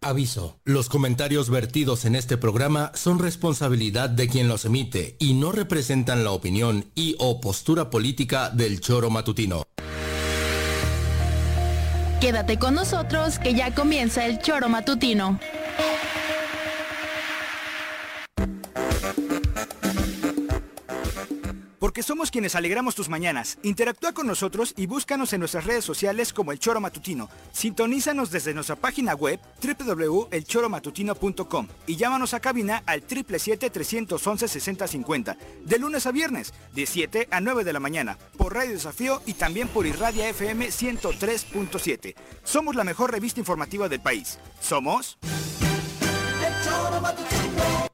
Aviso, los comentarios vertidos en este programa son responsabilidad de quien los emite y no representan la opinión y o postura política del Choro Matutino. Quédate con nosotros que ya comienza el Choro Matutino. Porque somos quienes alegramos tus mañanas. Interactúa con nosotros y búscanos en nuestras redes sociales como El Choro Matutino. Sintonízanos desde nuestra página web www.elchoromatutino.com y llámanos a cabina al 777-311-6050 de lunes a viernes de 7 a 9 de la mañana por Radio Desafío y también por Irradia FM 103.7. Somos la mejor revista informativa del país. Somos... El Choro Matutino.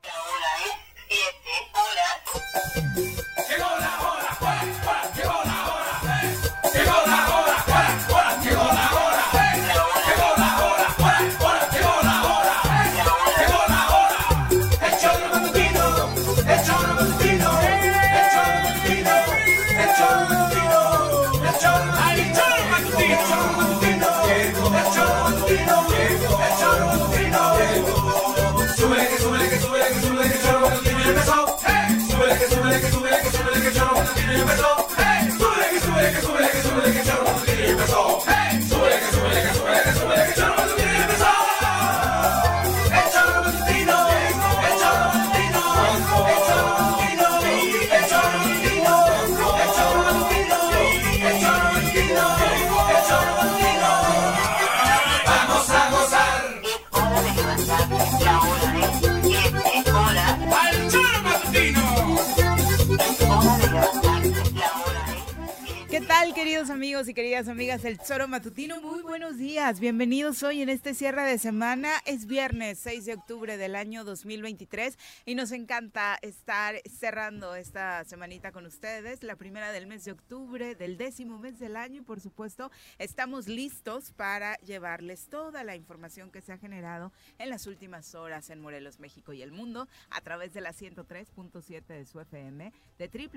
Queridos amigos y queridas amigas del Choro Matutino, muy buenos días, bienvenidos hoy en este cierre de semana. Es viernes 6 de octubre del año 2023 y nos encanta estar cerrando esta semanita con ustedes, la primera del mes de octubre, del 10º mes del año, y por supuesto estamos listos para llevarles toda la información que se ha generado en las últimas horas en Morelos, México y el mundo a través de la 103.7 de su FM, de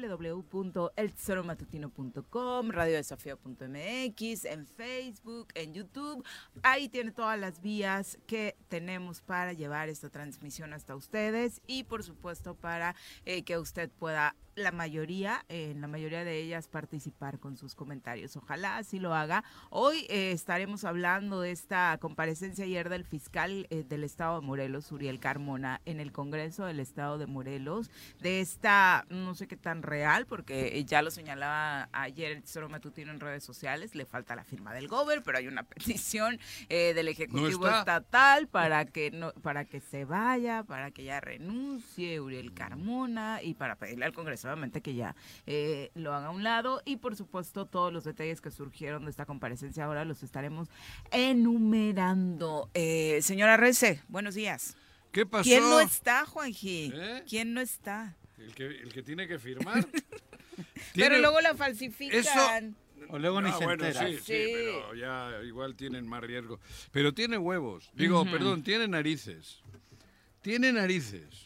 www.elchoromatutino.com, radiodesafío.mx, en Facebook, en YouTube. Ahí tiene todas las vías que tenemos para llevar esta transmisión hasta ustedes y por supuesto para que usted pueda en la mayoría de ellas participar con sus comentarios. Ojalá así lo haga. Hoy estaremos hablando de esta comparecencia ayer del fiscal del estado de Morelos, Uriel Carmona, en el Congreso del estado de Morelos, de esta, no sé qué tan real, porque ya lo señalaba ayer el Choro Matutino en redes sociales, le falta la firma del Gober, pero hay una petición del Ejecutivo estatal para que se vaya, para que ya renuncie Uriel Carmona y para pedirle al Congreso obviamente que ya lo haga a un lado, y por supuesto todos los detalles que surgieron de esta comparecencia ahora los estaremos enumerando. Señora Rece, buenos días. ¿Qué pasó? ¿Quién no está, Juanji? ¿Quién no está? El que tiene que firmar. Pero luego la falsifican. Eso... O luego ni se entera. Sí, pero ya igual tienen más riesgo. Pero tiene huevos. Digo, perdón, tiene narices. Tiene narices.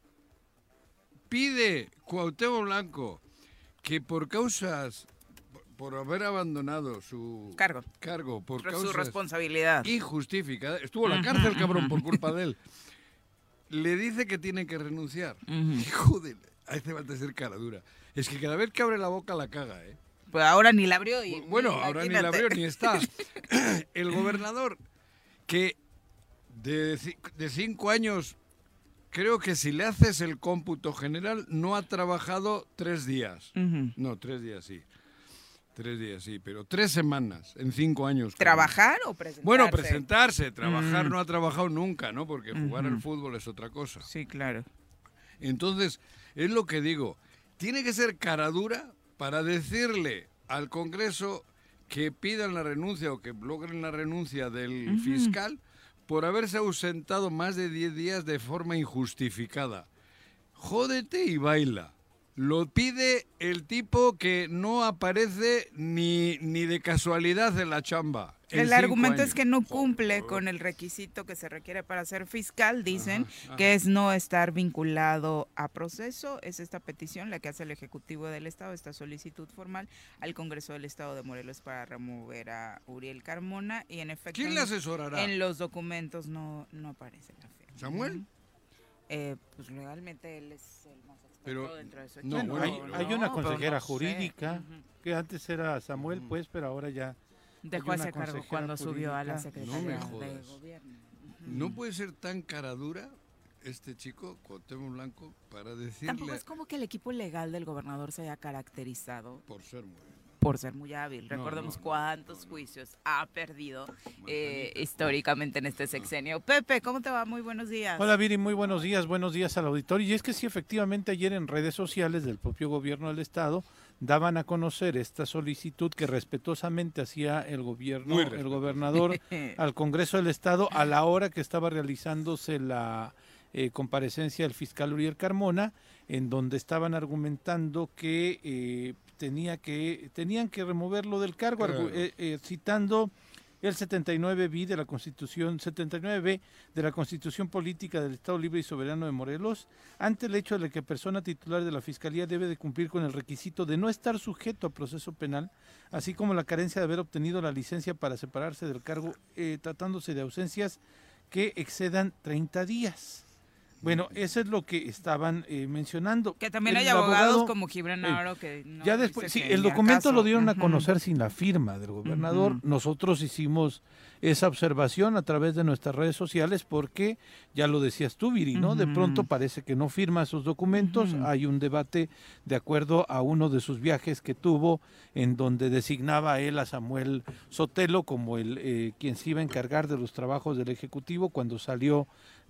Pide Cuauhtémoc Blanco que por haber abandonado su cargo por su responsabilidad injustificada, estuvo en la cárcel, cabrón, por culpa de él, le dice que tiene que renunciar. Joder, hace falta ser cara dura. Es que cada vez que abre la boca la caga, ¿eh? Pues ahora ni la abrió. Ahora ni la abrió ni está. El gobernador que de 5 años... Creo que si le haces el cómputo general, no ha trabajado 3 días. No, 3 días sí. 3 días sí, pero 3 semanas en 5 años. ¿Trabajar o presentarse? Bueno, presentarse. Trabajar no ha trabajado nunca, ¿no? Porque jugar al fútbol es otra cosa. Sí, claro. Entonces, es lo que digo. Tiene que ser cara dura para decirle al Congreso que pidan la renuncia o que logren la renuncia del fiscal por haberse ausentado más de 10 días de forma injustificada. Jódete y baila. Lo pide el tipo que no aparece ni de casualidad en la chamba. El argumento es que no cumple con el requisito que se requiere para ser fiscal, dicen, que es no estar vinculado a proceso. Es esta petición la que hace el Ejecutivo del Estado, esta solicitud formal al Congreso del Estado de Morelos para remover a Uriel Carmona. Y en efecto, ¿quién le asesorará? En los documentos no aparece la firma. ¿Samuel? Pues legalmente él es el más experto dentro de su equipo. No, hay una consejera jurídica que antes era Samuel, pues, pero ahora ya dejó ese cargo cuando subió a la Secretaría de Gobierno. No puede ser tan cara dura este chico, Cuauhtémoc Blanco, para decirle... Tampoco es como que el equipo legal del gobernador se haya caracterizado por ser muy hábil. Recordemos cuántos juicios ha perdido históricamente en este sexenio. Pepe, ¿cómo te va? Muy buenos días. Hola Viri, muy buenos días al auditorio. Y es que sí, efectivamente, ayer en redes sociales del propio gobierno del Estado daban a conocer esta solicitud que respetuosamente hacía el gobernador al Congreso del Estado a la hora que estaba realizándose la comparecencia del fiscal Uriel Carmona, en donde estaban argumentando que tenían que removerlo del cargo, citando el 79B de la Constitución Política del Estado Libre y Soberano de Morelos, ante el hecho de que persona titular de la Fiscalía debe de cumplir con el requisito de no estar sujeto a proceso penal, así como la carencia de haber obtenido la licencia para separarse del cargo, tratándose de ausencias que excedan 30 días. Bueno, eso es lo que estaban mencionando. Que también hay abogados como Gibran Aro que no ya después, sí, el documento lo dieron a conocer sin la firma del gobernador. Nosotros hicimos esa observación a través de nuestras redes sociales porque, ya lo decías tú, Viri, ¿no? De pronto parece que no firma esos documentos. Hay un debate de acuerdo a uno de sus viajes que tuvo, en donde designaba él a Samuel Sotelo como quien se iba a encargar de los trabajos del Ejecutivo cuando salió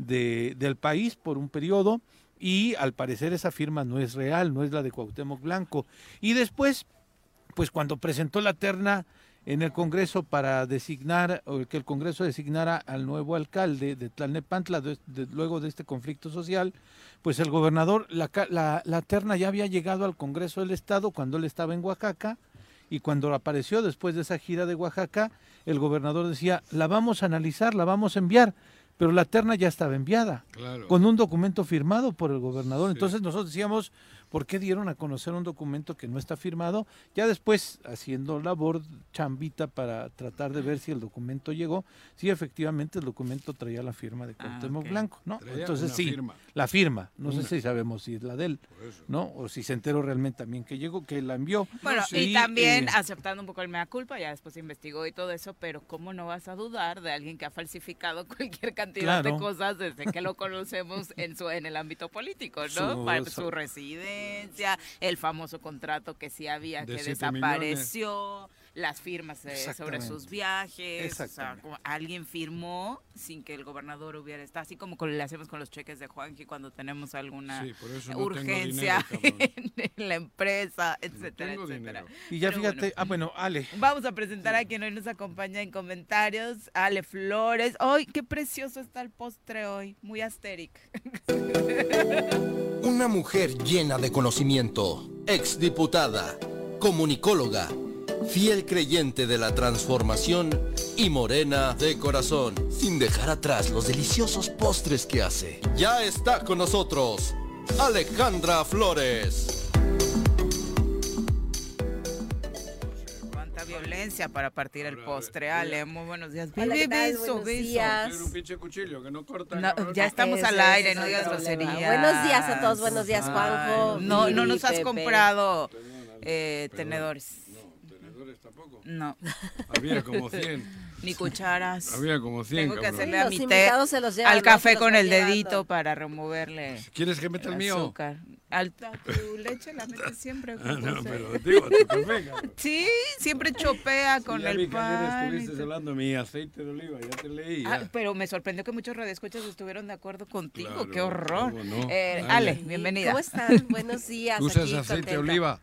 del país por un periodo, y al parecer esa firma no es real, no es la de Cuauhtémoc Blanco. Y después, pues cuando presentó la terna en el Congreso para designar, o que el Congreso designara al nuevo alcalde de Tlalnepantla luego de este conflicto social, pues el gobernador, la terna ya había llegado al Congreso del Estado cuando él estaba en Oaxaca, y cuando apareció después de esa gira de Oaxaca, el gobernador decía, la vamos a analizar, la vamos a enviar, pero la terna ya estaba enviada, con un documento firmado por el gobernador. Sí. Entonces nosotros decíamos, ¿por qué dieron a conocer un documento que no está firmado? Ya después, haciendo labor chambita para tratar de ver si el documento llegó, sí, efectivamente el documento traía la firma de Cuauhtémoc Blanco, ¿no? Entonces sí, la firma, no sé si sabemos si es la de él, ¿no? O si se enteró realmente también que llegó, que la envió. Bueno, y también aceptando un poco el mea culpa, ya después se investigó y todo eso, pero ¿cómo no vas a dudar de alguien que ha falsificado cualquier cantidad de cosas desde que lo conocemos en el ámbito político, ¿no? Su residencia, el famoso contrato que sí había, que desapareció, las firmas sobre sus viajes, o sea, como alguien firmó sin que el gobernador hubiera estado, así como le hacemos con los cheques de Juanji cuando tenemos alguna urgencia en la empresa, etcétera, etcétera. Y ya pero fíjate, Ale. Vamos a presentar a quien hoy nos acompaña en comentarios, Ale Flores. ¡Ay, qué precioso está el postre hoy! Muy asteric. Una mujer llena de conocimiento, exdiputada, comunicóloga, fiel creyente de la transformación y morena de corazón, sin dejar atrás los deliciosos postres que hace. Ya está con nosotros, Alejandra Flores. Cuánta violencia para partir el postre, Ale. Muy buenos días. Hola, buenos días. Tiene un pinche cuchillo que no corta. No, ya estamos al aire, no digas groserías. Buenos días a todos, buenos días, Juanjo. No nos has comprado tenedores. Tampoco. No. Había como 100. Ni cucharas. Había como 100. Tengo que hacerle a mi té al café con el dedito para removerle. ¿Quieres que meta el mío? Azúcar. Tu leche la metes siempre. No, pero digo, tu café, cabrón. Sí, siempre chopea con el pan. Ayer estuviste hablando de mi aceite de oliva, ya te leí. Pero me sorprendió que muchos radioescuchas estuvieron de acuerdo contigo. Claro, qué horror. No. Ale, bienvenida. ¿Cómo están? Buenos días. ¿Usas aceite de oliva?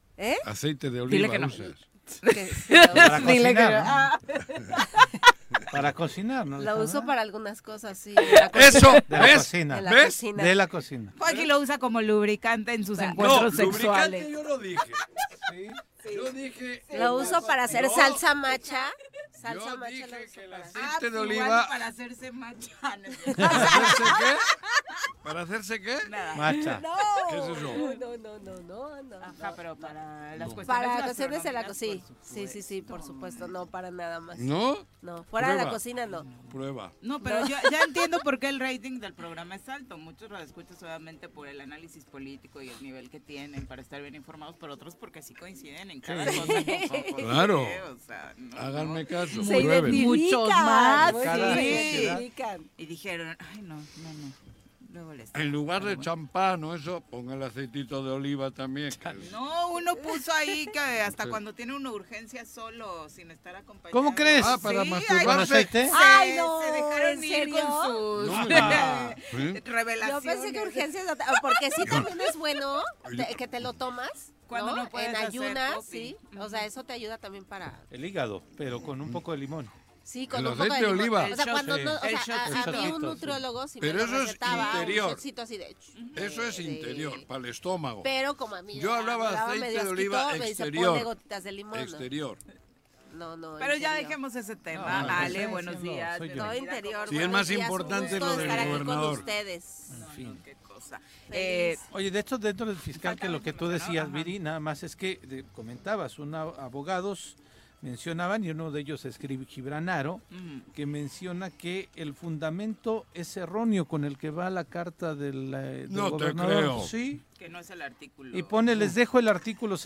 Aceite de oliva. Dile que no. Usas. Para cocinar, Para cocinar, ¿no? Lo uso para algunas cosas, sí. Eso, De la ¿ves? cocina. En la ¿Ves? cocina. De la cocina. Joaquín lo usa como lubricante en sus No, encuentros lubricante sexuales. yo no dije. Yo dije... Lo uso para hacer No. salsa macha. Salsa Yo macha dije lo uso que el para aceite hacer. de Igual oliva... para hacerse machanes. ¿Para hacerse qué? ¿Para hacerse qué? Nada. Macha. No, ¿Qué es eso? no. Ajá, pero para las cuestiones Para cuestiones de la gastronómicas, cocina. Sí, por supuesto. No, para nada más. ¿No? No, fuera de la Prueba. cocina no. Prueba. No, pero yo ya entiendo por qué el rating del programa es alto. Muchos lo escuchan solamente por el análisis político y el nivel que tienen para estar bien informados, pero otros porque sí coinciden en cada cosa. que Juan José, Claro. o sea, no, Háganme no. caso, Se prueben. identifican. Muchos más, Muy cada bien, sociedad. se identifican. Y dijeron, ay, no. Luego les En lugar de champán o eso, ponga el aceitito de oliva también. No, uno puso ahí que hasta cuando tiene una urgencia solo, sin estar acompañado. ¿Cómo crees? Ah, para Sí, masturbarse. ¿Con aceite? Ay, no, Se dejaron ¿en ir serio? con sus No me digas. ¿Sí? revelaciones. Yo pensé que urgencias, porque sí también es bueno que te lo tomas. Cuando no puedes en hacer ayunas, popping. sí. O sea, eso te ayuda también para... El hígado, pero con un poco de limón. Sí, con El un poco de aceite de limón. oliva. O sea, El cuando shot, no, o el sea, a shotcito, mí un sí. nutriólogo sí Pero me eso es recetaba interior. un shotcito así de... Eso es interior, para el estómago. Pero como a mí Yo hablaba me daba aceite medio de oliva asquito, me dice, exterior. ponle gotitas de limón, ¿no? Exterior. No, Pero ya interior. dejemos ese tema. No, Ale, no, buenos no, días. soy yo. Todo bienvenida, interior. ¿cómo Sí, es buenos más días, un importante gusto lo del estar aquí con gobernador. ustedes. No, qué cosa. Feliz. Oye, de esto dentro del fiscal, que lo que tú decías, Viri, nada más es que comentabas, abogados mencionaban, y uno de ellos es Gibran Aro, que menciona que el fundamento es erróneo con el que va la carta del No te gobernador. creo. Sí, Que no es el artículo. y pone, les dejo el artículo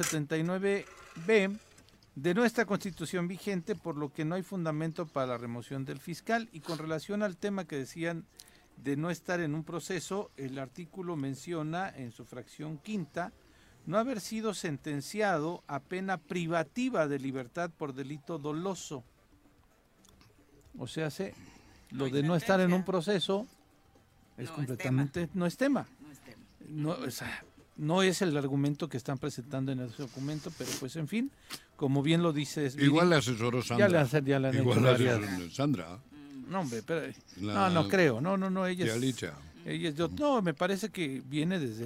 79B de nuestra Constitución vigente, por lo que no hay fundamento para la remoción del fiscal. Y con relación al tema que decían de no estar en un proceso, el artículo menciona en su fracción quinta no haber sido sentenciado a pena privativa de libertad por delito doloso. O sea, lo hay de no estar en sentencia. un proceso No es es completamente, no es tema. No es tema. No, o sea, no es el argumento que están presentando en ese documento, pero pues en fin, como bien lo dices, Viri, Igual le asesoró Sandra. ya le han hecho Igual le varias- asesoró Sandra. No, hombre, pero La- no creo, no, ella Tía es, Licha. no, me parece que viene desde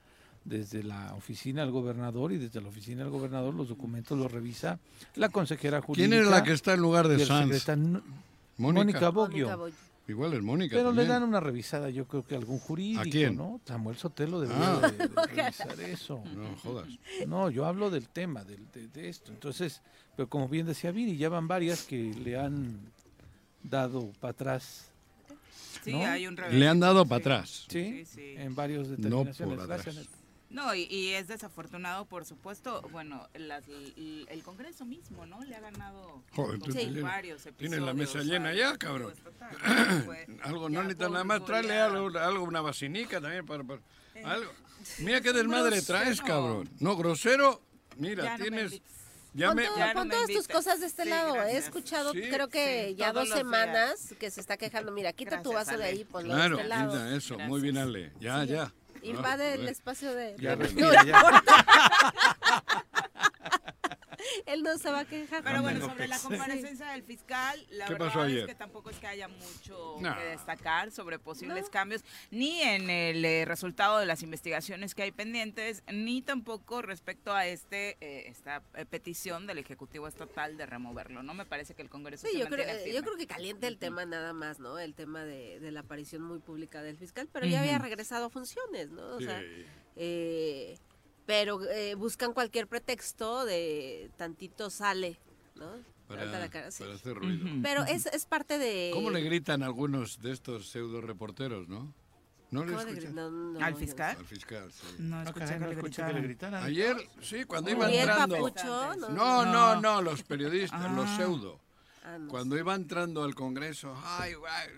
la oficina del gobernador, y desde la oficina del gobernador los documentos los revisa la consejera jurídica. ¿Quién es la que está en lugar y de el Sanz? secretario- Mónica. Mónica Boggio. Mónica Boy. Igual es Mónica Pero también. le dan una revisada, yo creo que algún jurídico, ¿A quién? ¿no? Samuel Sotelo debería Ah. de revisar eso. No jodas. No, yo hablo del tema, de esto. Entonces, pero como bien decía Viri, ya van varias que le han dado para atrás, Sí, ¿no? hay un Le han dado para Sí. atrás. ¿sí? Sí. En varios No determinaciones. por Gracias, atrás. Néstor. No, y es desafortunado, por supuesto, bueno, el Congreso mismo, ¿no? Le ha ganado Joder, tú Sí. tienes- varios episodios. tienes la mesa llena al ya, Ejecutivo cabrón. Estatal. Fue Algo, no ya necesitas por nada más, tráele goleada. algo, una vacinica también para algo. Mira qué desmadre grosero. traes, cabrón. No, grosero, mira, Ya no me tienes... invites. Ya me... Ya no Pon me todas tus invites. cosas de este Sí, lado. He gracias. escuchado, Sí, creo que sí, ya todos 2 los días. semanas que se está quejando. Mira, quita tu Gracias, vaso de Ale. ahí, ponlo Claro, de este lado. quita eso, muy bien, Ale. Ya, ya. Invade Ah, el joder. espacio de... Ya de- respira, ya. Él no se va a quejar. Pero bueno, Tengo sobre que- la comparecencia del fiscal, la ¿Qué verdad pasó ayer? es que tampoco es que haya mucho No. que destacar sobre posibles cambios, ni en el resultado de las investigaciones que hay pendientes, ni tampoco respecto a esta petición del Ejecutivo Estatal de removerlo. No me parece que el Congreso Sí, se yo mantiene firme. creo que calienta el tema nada más, ¿no? El tema de la aparición muy pública del fiscal, pero ya había regresado a funciones, ¿no? O sea, Sí. pero buscan cualquier pretexto de tantito sale, ¿no? Para Levanta la cara, sí. hacer ruido. Ujú. Pero es parte de... ¿Cómo le gritan algunos de estos pseudo reporteros, no? ¿No le ¿Cómo le escuchan? no, ¿Al yo no fiscal? Al fiscal, sí. No No, escuché caray, que no le escuché que le gritaran. gritaran. Ayer, sí, cuando iba sé. Y el entrando... papucho, No, los periodistas, Ah. los pseudo. Ah, no Cuando iba entrando al Congreso, ay,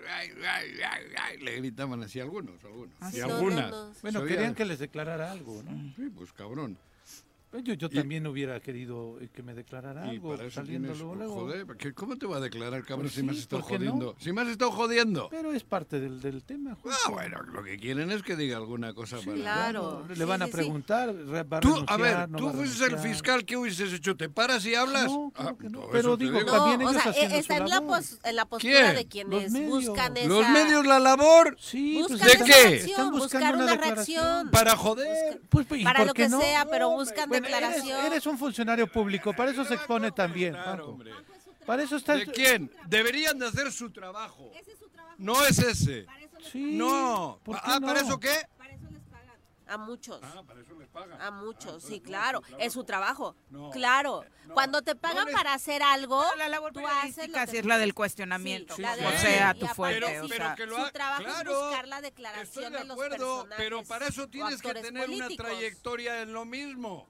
le gritaban así algunos. Ah, y sí, no, algunas. no, no. Bueno, Se querían oía- que les declarara algo, ¿no? Sí, pues cabrón. Yo también hubiera querido que me declarara algo saliendo luego. Joder, ¿cómo te va a declarar, cabrón, Pues si me has sí, estado ¿por qué jodiendo? no? Si me has estado jodiendo. Pero es parte del tema. Juanjo. Bueno, lo que quieren es que diga alguna cosa para... Claro. Le van a preguntar, va a Tú, renunciar, a ver, no tú va a fuiste el renunciar. fiscal, ¿qué hubieses hecho? ¿Te paras y hablas? No, claro que no. eso Pero te digo, digo. también No, o ellos sea, haciendo está su en labor. la postura ¿Quién? de quienes Los medios. buscan esa... ¿Los medios la labor? Sí, Buscan pues ¿de una qué? reacción, Están buscando buscar una declaración. reacción. Para joder. Pues, ¿y Para por lo qué que no? sea, pero buscan Bueno, declaración. eres un funcionario público, para eso se expone también, Claro, Juanjo. hombre. Para eso está... ¿De quién? Deberían de hacer su trabajo. No es ese. Sí, No. ¿por qué ¿Para no? eso qué? A muchos. Para eso les pagan. A muchos, sí, claro. Es su trabajo. No. Claro. Cuando te pagan para hacer algo, La labor tú haces periodística lo sí es la del cuestionamiento. Sí, la o de- sea, y tu aparte fuerte. sí, o sea, que lo su ha- trabajo claro, es buscar la declaración estoy de de los acuerdo, personajes pero para eso o tienes que actores tener una políticos. trayectoria en lo mismo.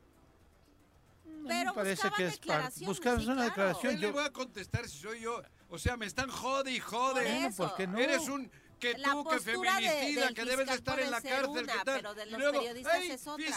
Pero me parece buscaban que es declaraciones, buscar sí, una claro. declaración. ¿Qué le voy a contestar si soy yo? O sea, me están jode y jode. Por eso. ¿por qué no? Eres un que La tú, que postura feminicida, del que debes de fiscal estar puede en la ser cárcel, una, ¿qué tal? pero de Y los luego, periodistas ¡ey, es otra!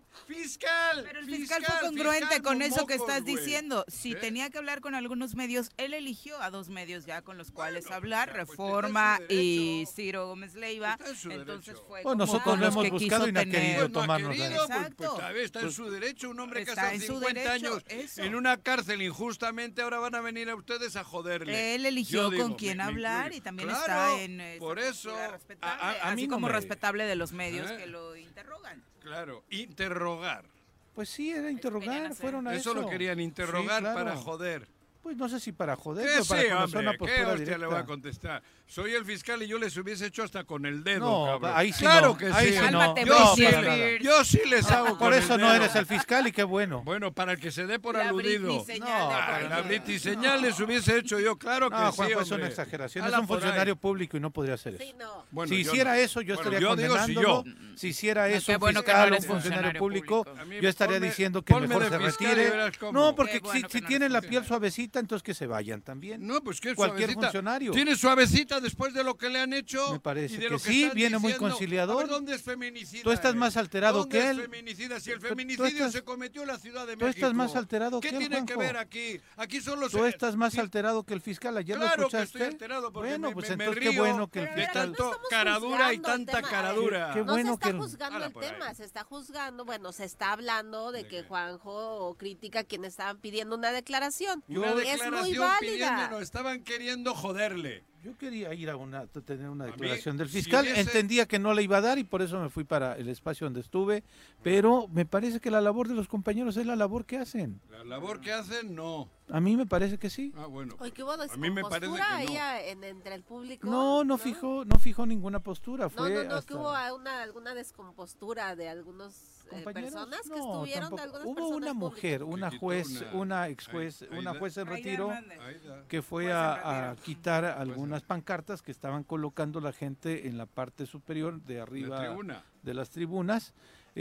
fiscal! Pero el fiscal fue congruente con eso que estás diciendo. Si tenía que hablar con algunos medios, él eligió a 2 medios ya con los cuales hablar, o sea, pues, Reforma está en su y derecho. Ciro Gómez Leiva. Está en su Entonces derecho. fue Bueno, como nosotros con lo los hemos que buscado quiso y no ha tener. querido No ha tomarnos la- querido, Exacto. está en su derecho. Un hombre que Está está en su 50 derecho, años eso. en una cárcel injustamente, ahora van a venir a ustedes a joderle. Él eligió Yo digo, con quién me hablar incluyo. y también Claro, está en por esa eso, postura respetable, a mí así no como me- respetable de los medios ¿Eh? que lo interrogan. Claro, interrogar. Pues sí, era querían interrogar, hacer. fueron a eso. Eso lo querían interrogar Sí, claro. para joder. Pues no sé si para joder, ¿Qué pero para sí, conocer hombre? una ¿Qué postura hostia le voy a directa. contestar? Soy el fiscal y yo les hubiese hecho hasta con el dedo, No, cabrón. ahí sí claro no, que ahí sí. sí no. Cálmate, Yo No, sí, para Britney nada. Spears. yo sí les hago Por con eso el no dedo. eres el fiscal y qué bueno. Bueno, para el que se dé por La aludido. Britney señal No, de Ah, Britney. la Britney señal les hubiese hecho yo, claro que No, sí, Juanjo, es hombre. una exageración. Hala Es un por ahí. funcionario público y no podría hacer eso. Sí, no. Bueno, Si yo hiciera no. eso, yo Bueno, estaría yo digo si condenando. yo. Si hiciera No, eso qué un bueno que no fiscal o eres un funcionario funcionario público, público. A mí yo estaría ponme- diciendo que ponme mejor de se fiscal y retire. verás cómo. No, porque Qué bueno si que no tienen eres la piel funcionario. suavecita, entonces que se vayan también. No, pues que Cualquier suavecita. funcionario. ¿Tiene suavecita después de lo que le han hecho? Me parece y de que lo sí, están viene muy diciendo? conciliador. A ver, ¿dónde es feminicida? Tú estás más alterado ¿Dónde que es él? feminicida? Si el Tú feminicidio estás- se cometió en la Ciudad de tú México. estás más alterado ¿Qué que él, tiene que Juanjo? ver aquí? Aquí solo Tú estás más alterado que el fiscal. Ayer lo Claro que escuchaste. estoy alterado porque Bueno, me, pues me, me entonces qué río bueno que el Pero de mira, fiscal. no tanto estamos caradura y juzgando el tanta tema. caradura. Qué No bueno se está que el- juzgando Hala el por ahí. tema, se está juzgando, bueno, se está hablando de ¿De que qué? Juanjo critica a quienes estaban pidiendo una declaración. Una es muy declaración válida. pidiéndonos, estaban queriendo joderle. Yo quería ir a tener una mí, declaración del si fiscal. hubiese- Entendía que no le iba a dar y por eso me fui para el espacio donde estuve. Pero me parece que la labor de los compañeros es la labor que hacen. La labor que hacen, no. A mí me parece que sí. Ah, bueno. Hoy que hubo A mí me parece descompostura que no. ahí entre el público. No fijó ninguna postura. No, Fue que hasta- hubo alguna descompostura de algunos compañeros. personas que No, estuvieron, tampoco. de algunas Hubo personas una mujer, públicas. una Que quitó juez, una- una ex juez, Aida- una juez en Aida retiro Hernández. que fue Juez en a retiro. quitar algunas pancartas que estaban colocando la gente en la parte superior de arriba La tribuna. de las tribunas,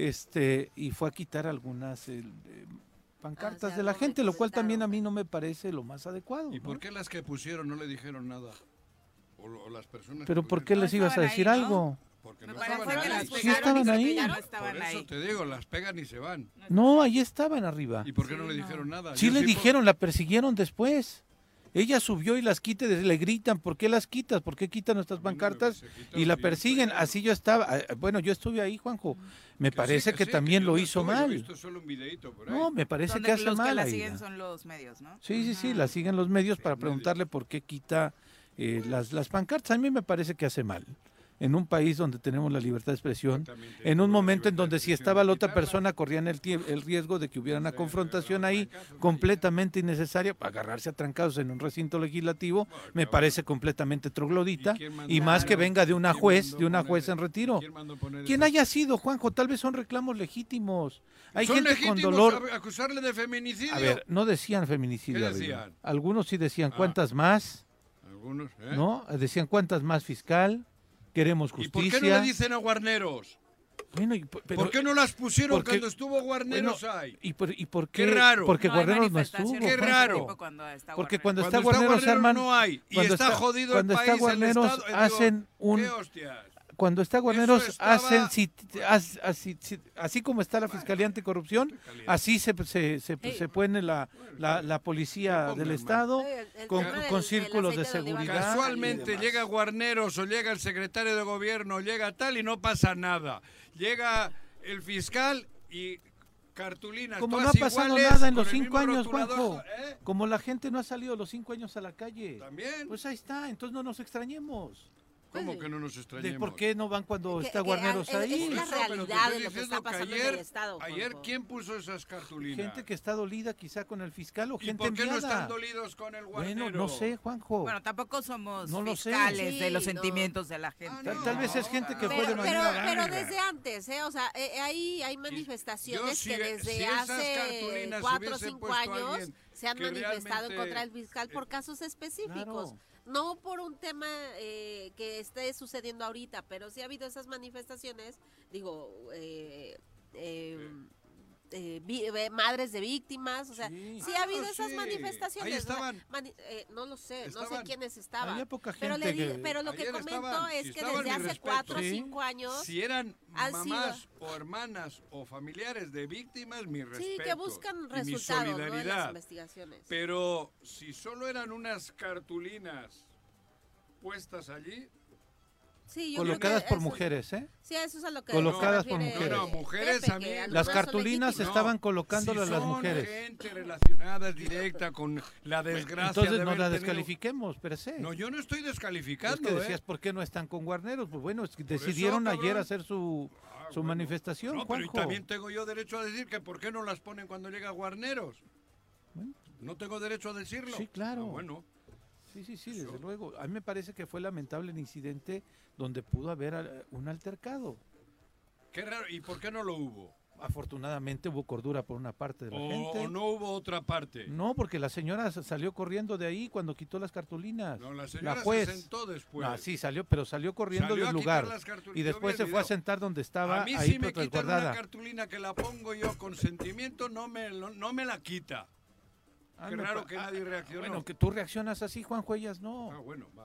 y fue a quitar algunas pancartas sea, de la no gente, lo cual representaron. también a mí no me parece lo más adecuado. ¿Y ¿no? por qué las que pusieron no le dijeron nada? O las personas Pero que ¿por qué pusieron- les ibas a estaban decir ahí, ¿no? algo? Porque Me no parece estaban que ahí. las Sí pegaron estaban y creo que ahí. ya no Por estaban eso ahí. te digo, las pegan y se van. No, ahí estaban arriba. ¿Y por qué Sí, no le no. dijeron nada? Sí Yo le por- dijeron, la persiguieron después. Ella subió y las quita, le gritan, ¿por qué las quitas? ¿Por qué quitan nuestras A mí no me- pancartas? se quitó, Y la sí, persiguen. claro. Así yo estaba. Bueno, yo estuve ahí, Juanjo. Me Que parece sí, que sí, también yo lo no hizo estuve, yo he mal. visto solo un videíto por ahí. No, me parece Donde que hace los que mal la ahí. siguen son los medios, ¿no? Sí, Ajá. la siguen los medios Los para medios. preguntarle por qué quita las pancartas. A mí me parece que hace mal. En un país donde tenemos la libertad de expresión, Exactamente, en un la momento en libertad donde de si expresión estaba de la otra quitarlas. persona corrían el riesgo de que hubiera una Sí, confrontación pero ahí fracaso, completamente innecesaria, agarrarse a trancados en un recinto legislativo, me cabrón. parece completamente troglodita, ¿Y quién mandó y más que poner- venga de una quién juez, mandó de una poner- juez en retiro. ¿Quién mandó poner Quien esas- haya sido, Juanjo, tal vez son reclamos legítimos. Hay ¿Son gente con legítimos dolor. acusarle de feminicidio? A ver, no decían feminicidio. ¿Qué arriba. decían? Algunos sí decían Ah. cuántas más, Algunos, ¿eh? ¿no? Decían cuántas más fiscal, queremos ¿Y justicia. por qué no le dicen a Guarneros? Bueno, ¿Por qué no las pusieron porque- cuando estuvo Guarneros bueno, ahí? ¿Y por qué? Qué raro. Porque No hay Guarneros no manifestaciones estuvo. Qué de ese raro. tipo cuando está Porque Guarneros. cuando está Cuando Guarneros, arman, no hay. Y cuando está jodido cuando el está país, Guarneros, el Estado. hacen un... ¿Qué hostias? cuando está Guarneros hacen, así como está la Fiscalía Anticorrupción, así se pone la policía del Estado con círculos de seguridad. Casualmente llega Guarneros o llega el secretario de gobierno, o llega tal y no pasa nada. Llega el fiscal y cartulinas. Como no ha pasado nada en los 5 años, Juanjo. Como la gente no ha salido los 5 años a la calle. También. Pues ahí está, entonces no nos extrañemos. ¿Cómo que no nos extrañemos? ¿Por qué no van cuando está Guarneros ahí? Es la realidad de lo que está pasando en el Estado. Ayer, ¿quién puso esas cartulinas? Gente que está dolida quizá con el fiscal o gente enviada. ¿Y por qué no están dolidos con el Guarnero? Bueno, no sé, Juanjo. Bueno, tampoco somos no fiscales de los sentimientos de la gente. Tal vez es gente que fue de manera pero desde antes, o sea, hay manifestaciones que desde hace 4 o 5 años se han manifestado en contra del fiscal por casos específicos. Claro. No por un tema que esté sucediendo ahorita, pero sí ha habido esas manifestaciones, madres de víctimas, o sea, sí ha habido esas manifestaciones. Ahí estaban. No lo sé, no sé quiénes estaban. Había poca gente pero lo que comento es que desde hace 4 o 5 años... Si eran mamás o hermanas o familiares de víctimas, mi respeto. Sí, que buscan resultados, ¿no?, en las investigaciones. Pero si solo eran unas cartulinas puestas allí... Sí, colocadas por mujeres, ¿eh? Sí, eso es a lo que colocadas por mujeres. No, mujeres a mí. Las cartulinas estaban colocándolas las mujeres. Gente relacionada directa con la desgracia. Entonces no la descalifiquemos, per se. No, yo no estoy descalificando. Es que decías, ¿por qué no están con Guarneros? Pues bueno, es que decidieron ayer hacer su manifestación, no, pero Juanjo. también tengo yo derecho a decir que ¿por qué no las ponen cuando llega Guarneros? Bueno, ¿no tengo derecho a decirlo? Sí, claro. Bueno. Sí, desde luego. A mí me parece que fue lamentable el incidente donde pudo haber un altercado. Qué raro, ¿y por qué no lo hubo? Afortunadamente hubo cordura por una parte de la gente. ¿O no hubo otra parte? No, porque la señora salió corriendo de ahí cuando quitó las cartulinas. No, la señora juez se sentó después. No, sí, salió corriendo del lugar. Y después se fue a sentar donde estaba. A mí ahí si me quitan una cartulina que la pongo yo con sentimiento, no me la quita. Qué raro que nadie reaccionó. Bueno, que tú reaccionas así, Juanjo, ellas no. Bueno, va.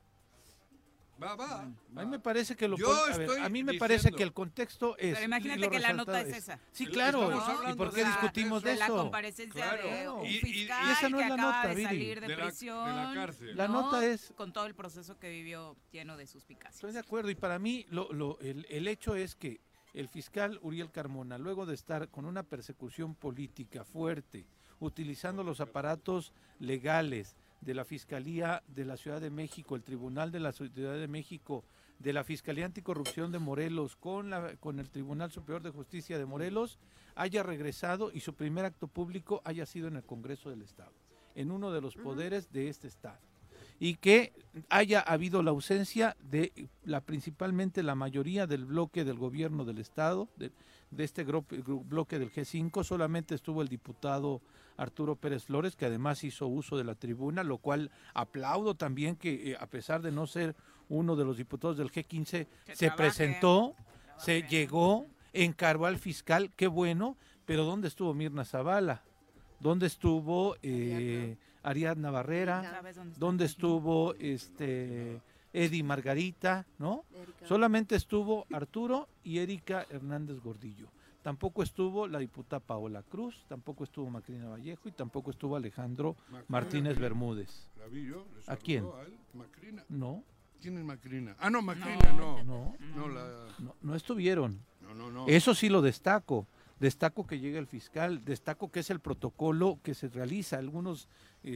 A mí me parece que a mí me diciendo, parece que el contexto es... Pero imagínate que la nota es esa. Sí, claro. ¿Y por qué discutimos de eso? La comparecencia de un fiscal y esa no que es la acaba nota, de Viri. salir de prisión. De la cárcel. La nota es... Con todo el proceso que vivió lleno de suspicacias. Estoy de acuerdo, y para mí el hecho es que el fiscal Uriel Carmona, luego de estar con una persecución política fuerte, utilizando los aparatos legales de la Fiscalía de la Ciudad de México, el Tribunal de la Ciudad de México, de la Fiscalía Anticorrupción de Morelos, con el Tribunal Superior de Justicia de Morelos, haya regresado y su primer acto público haya sido en el Congreso del Estado, en uno de los poderes de este Estado. Y que haya habido la ausencia de principalmente la mayoría del bloque del gobierno del Estado, de este bloque del G5, solamente estuvo el diputado Arturo Pérez Flores, que además hizo uso de la tribuna, lo cual aplaudo también que a pesar de no ser uno de los diputados del G15, se presentó, se llegó, encargó al fiscal, qué bueno, pero ¿dónde estuvo Mirna Zavala? ¿Dónde estuvo Ariadna Barrera? ¿Dónde estuvo Eddie Margarita? ¿No? Erika. Solamente estuvo Arturo y Erika Hernández Gordillo. Tampoco estuvo la diputada Paola Cruz, tampoco estuvo Macrina Vallejo y tampoco estuvo Alejandro Martínez Bermúdez. ¿La vi yo? ¿A quién? A él, Macrina. No. ¿Quién es Macrina? Ah, no, Macrina no. No estuvieron. No. Eso sí lo destaco. Destaco que llega el fiscal, destaco que es el protocolo que se realiza, algunos,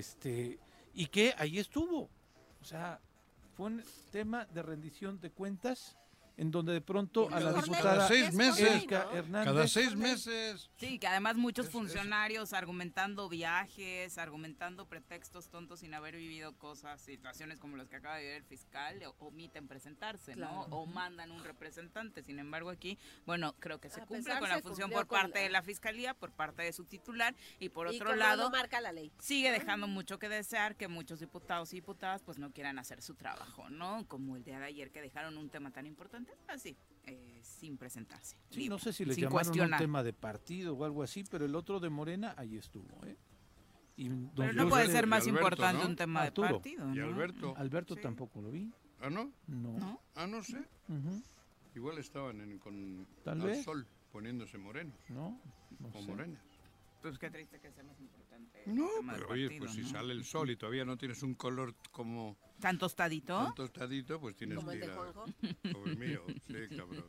y que ahí estuvo. O sea, fue un tema de rendición de cuentas en donde de pronto a la diputada cada 6 meses, Erika Hernández. Cada 6 meses. Sí, que además muchos funcionarios argumentando viajes, argumentando pretextos tontos sin haber vivido cosas, situaciones como las que acaba de vivir el fiscal, omiten presentarse, claro, ¿no? O mandan un representante. Sin embargo, aquí, bueno, creo que se cumple con la función por parte de la Fiscalía, por parte de su titular, y por otro lado, marca la ley, sigue dejando mucho que desear que muchos diputados y diputadas pues no quieran hacer su trabajo, ¿no? Como el día de ayer que dejaron un tema tan importante así, sin presentarse. Sí, no sé si le llamaron un tema de partido o algo así, pero el otro de Morena ahí estuvo, pero no puede ser más importante un tema de partido, ¿no? Y Alberto. Alberto sí. Tampoco lo vi. ¿Ah, no? No. Ah, no sé. Igual estaban con el sol poniéndose morenos. No o sé. morenas. Pues qué triste que sea más importante. No, pero oye, pues si sale el sol y todavía no tienes un color como... ¿Tan tostadito? Tan tostadito, pues tienes ¿Como que el de ir Juanjo? Como el mío, sí, cabrón.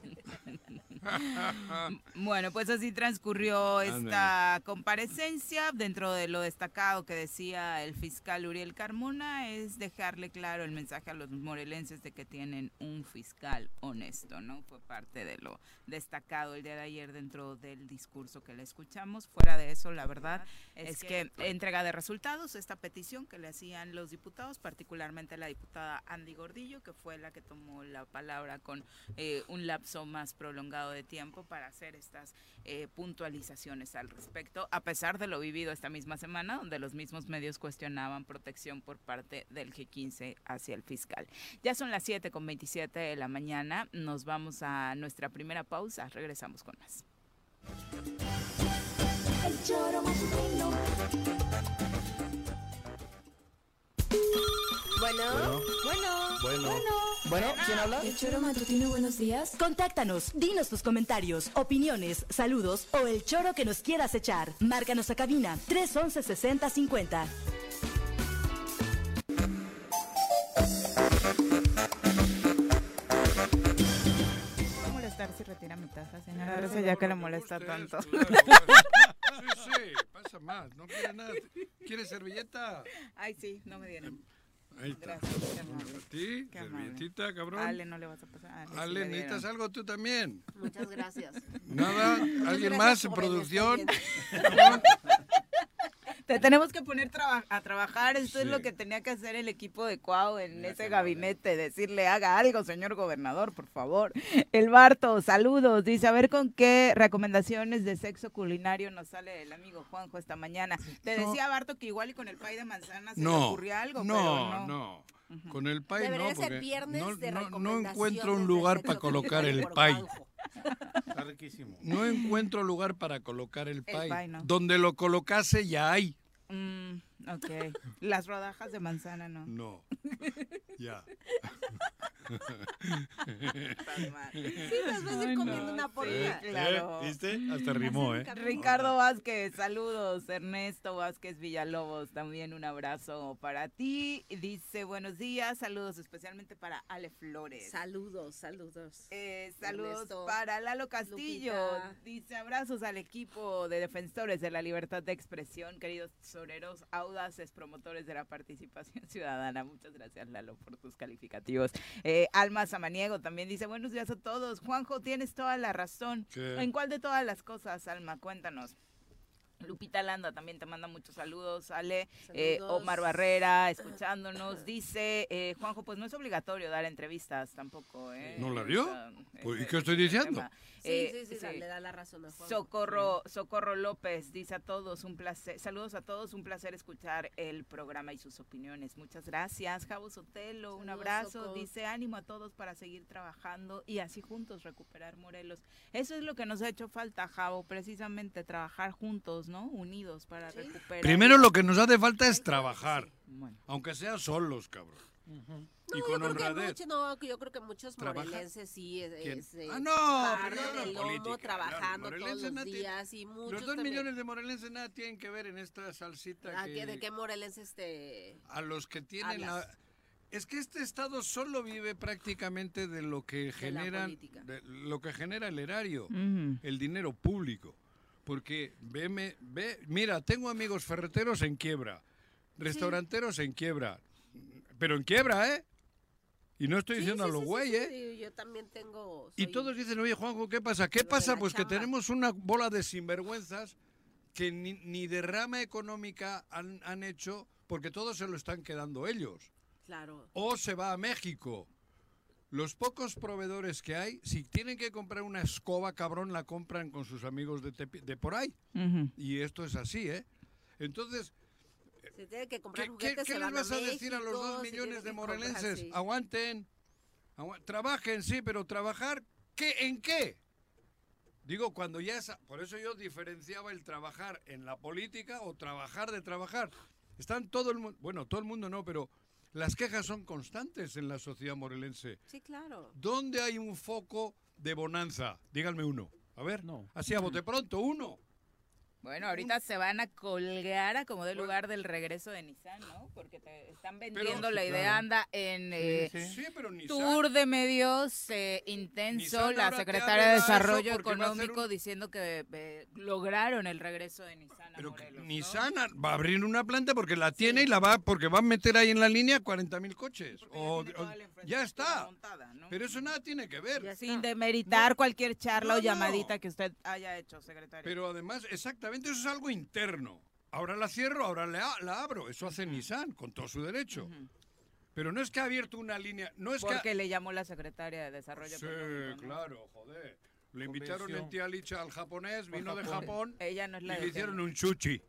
Bueno, pues así transcurrió esta comparecencia. Dentro de lo destacado que decía el fiscal Uriel Carmona es dejarle claro el mensaje a los morelenses de que tienen un fiscal honesto, ¿no? Fue parte de lo destacado el día de ayer dentro del discurso que le escuchamos. Fuera de eso, la verdad es que entrega de resultados esta petición que le hacían los diputados, particularmente la diputada Andy Gordillo, que fue la que tomó la palabra con un lapso más prolongado de tiempo para hacer estas puntualizaciones al respecto, a pesar de lo vivido esta misma semana, donde los mismos medios cuestionaban protección por parte del G15 hacia el fiscal. Ya son las 7:27 de la mañana, nos vamos a nuestra primera pausa, regresamos con más. El choro matutino. Bueno, ¿quién habla? El choro matutino, buenos días. Contáctanos, dinos tus comentarios, opiniones, saludos o el choro que nos quieras echar. Márcanos a cabina 311-6050. Si retira mi taza, señora, gracias, ya que le molesta tanto. Sí, pasa más, no quiere nada. ¿Quieres servilleta? Ay, sí, no me dieron. Ahí está. Gracias, ¿A ti? Servilletita, cabrón. Ale, no le vas a pasar. Ale, sí ¿necesitas algo tú también? Muchas gracias. ¿Nada? ¿Alguien más en producción? Te tenemos que poner a trabajar, esto es lo que tenía que hacer el equipo de Cuau en ese gabinete, decirle haga algo, señor gobernador, por favor. El Barto, saludos, dice, a ver con qué recomendaciones de sexo culinario nos sale el amigo Juanjo esta mañana. Te decía Barto que igual y con el pay de manzana se le ocurría algo, pero no. Con el pay debería no, porque ser viernes de no encuentro un lugar para colocar el pay. Está riquísimo. No encuentro lugar para colocar el pay. No. Donde lo colocase ya hay. Ok. Las rodajas de manzana no. No. Ya. Sí, nos vas a ir comiendo una porra. Claro. ¿Viste? Hasta rimó, Ricardo Vázquez, saludos. Ernesto Vázquez Villalobos, también un abrazo para ti. Dice, buenos días, saludos especialmente para Ale Flores. Saludos. Saludos Ernesto, para Lalo Castillo. Lupita. Dice, abrazos al equipo de defensores de la libertad de expresión, queridos soneros, audaces, promotores de la participación ciudadana. Muchas gracias, Lalo, por tus calificativos. Alma Samaniego también dice, buenos días a todos. Juanjo, tienes toda la razón. Sí. ¿En cuál de todas las cosas, Alma? Cuéntanos. Lupita Landa también te manda muchos saludos, Ale. Omar Barrera, escuchándonos, dice, Juanjo, pues no es obligatorio dar entrevistas tampoco. ¿No la dio? ¿Y qué estoy diciendo? Sí, le da la razón a Juanjo. Socorro López dice a todos, un placer, saludos a todos, un placer escuchar el programa y sus opiniones. Muchas gracias. Javo Sotelo, un abrazo. Socorro. Dice, ánimo a todos para seguir trabajando y así juntos recuperar Morelos. Eso es lo que nos ha hecho falta, Javo, precisamente trabajar juntos, ¿no? Unidos para recuperar. Primero lo que nos hace falta es trabajar, aunque sea solos, cabrón. Y con honradez. Yo creo que muchos morelenses sí no, del lomo trabajando todos los días y muchos los 2 millones de morelenses nada tienen que ver en esta salsita ¿De qué morelenses a los que tienen es que este estado solo vive prácticamente de lo que generan, lo que genera el erario, el dinero público. Porque mira, tengo amigos ferreteros en quiebra, restauranteros en quiebra, pero en quiebra, ¿eh? Y no estoy diciendo a los güeyes, Sí, yo también tengo... Y todos dicen, oye, Juanjo, ¿qué pasa? ¿Qué pasa? Pues que tenemos una bola de sinvergüenzas que ni derrama económica han hecho porque todo se lo están quedando ellos. Claro. O se va a México. Los pocos proveedores que hay, si tienen que comprar una escoba, cabrón, la compran con sus amigos de por ahí. Y esto es así, ¿eh? Entonces... Se tiene que comprar ¿Qué les vas a decir a los 2 millones de morelenses? Aguanten, trabajen, sí, pero ¿trabajar en qué? Digo, cuando ya es... Por eso yo diferenciaba el trabajar en la política o trabajar de trabajar. Están todo el mundo... Bueno, todo el mundo no, pero las quejas son constantes en la sociedad morelense. Sí, claro. ¿Dónde hay un foco de bonanza? Díganme uno. A ver, así a bote pronto, uno. Bueno, ahorita se van a colgar a como de lugar del regreso de Nissan, ¿no? Porque te están vendiendo la idea, anda en pero Nissan, tour de medios intenso, Nissan la secretaria de Desarrollo Económico diciendo que lograron el regreso de Nissan a Morelos, Nissan va a abrir una planta porque la tiene y porque va a meter ahí en la línea 40.000 coches. Ya está. Montada, ¿no? Pero eso nada tiene que ver. Sin demeritar cualquier charla o llamadita que usted haya hecho, secretario. Pero además, exactamente, eso es algo interno. Ahora la cierro, ahora la abro. Eso hace Nissan, con todo su derecho. Pero no es que ha abierto una línea... No es porque le llamó la secretaria de Desarrollo Económico, ¿no? Claro, joder. Le invitaron en Tía Licha al japonés, vino de Japón Ella no es la y le hicieron un sushi.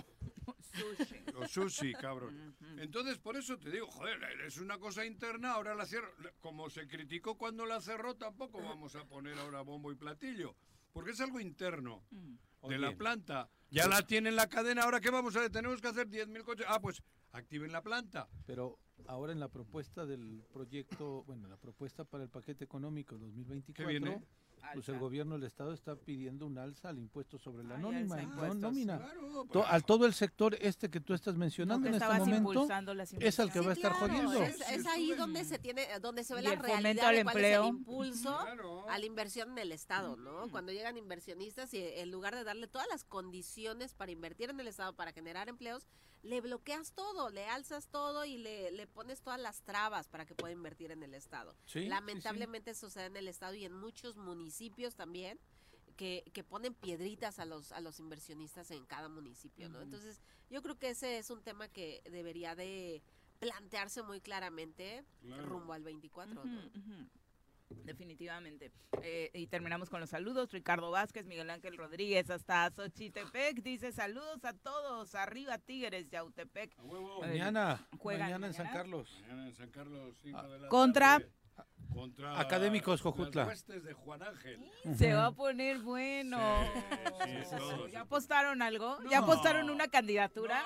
O sushi, cabrón. Entonces, por eso te digo, joder, es una cosa interna, ahora la cierro. Como se criticó cuando la cerró, tampoco vamos a poner ahora bombo y platillo. Porque es algo interno de la planta. Ya la tienen la cadena, ahora ¿qué vamos a hacer? Tenemos que hacer 10.000 coches. Pues activen la planta. Pero ahora en la propuesta del proyecto, la propuesta para el paquete económico 2024, ¿qué viene? Pues el gobierno del estado está pidiendo un alza al impuesto sobre la nómina, nómina. Claro, al todo el sector que tú estás mencionando en este momento es al que va a estar jodiendo. Es ahí donde se ve la realidad de cuál es el impulso a la inversión en el estado, ¿no? Cuando llegan inversionistas y en lugar de darle todas las condiciones para invertir en el estado, para generar empleos, le bloqueas todo, le alzas todo y le pones todas las trabas para que pueda invertir en el estado. Lamentablemente eso se da en el estado y en muchos municipios también, que ponen piedritas a los inversionistas en cada municipio, ¿no? Entonces, yo creo que ese es un tema que debería de plantearse muy claramente rumbo al 24, ¿no? Definitivamente. Y terminamos con los saludos. Ricardo Vázquez, Miguel Ángel Rodríguez, hasta Xochitepec, dice saludos a todos, arriba Tigres, Yautepec. Mañana en San Carlos. Mañana en San Carlos, 5 de la contra Académicos Jojutla. Las huestes de Juan Ángel. Se va a poner bueno. Sí, ¿Ya apostaron algo? ¿Ya apostaron una candidatura?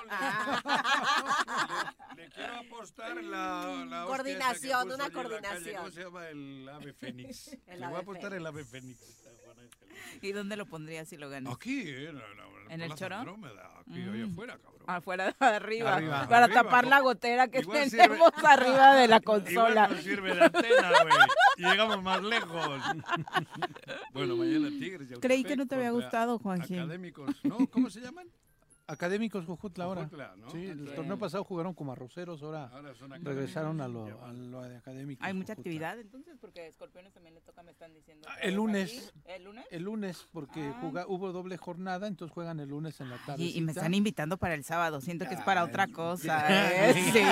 Le quiero apostar la coordinación, una coordinación. ¿Cómo se llama? El ave fénix. Le voy a apostar el ave fénix. ¿Y dónde lo pondría si lo ganas? Aquí, ¿en el Chorón? Aquí, allá afuera, cabrón. Afuera, arriba, para tapar la gotera que tenemos arriba de la consola. Igual nos sirve de antena, güey. Y llegamos más lejos. Bueno, mañana Tigres. Creí que no te había gustado, Juanji. Académicos, ¿no? ¿Cómo se llaman? Académicos Jojutla ahora. ¿No? Sí, el torneo pasado jugaron como arroceros, ahora regresaron a lo de Académicos. Hay mucha actividad entonces, porque a Escorpiones también le toca, me están diciendo. El lunes. ¿El lunes? El lunes, porque hubo doble jornada, entonces juegan el lunes en la tarde. Y me están invitando para el sábado, siento que es para otra cosa. Sí.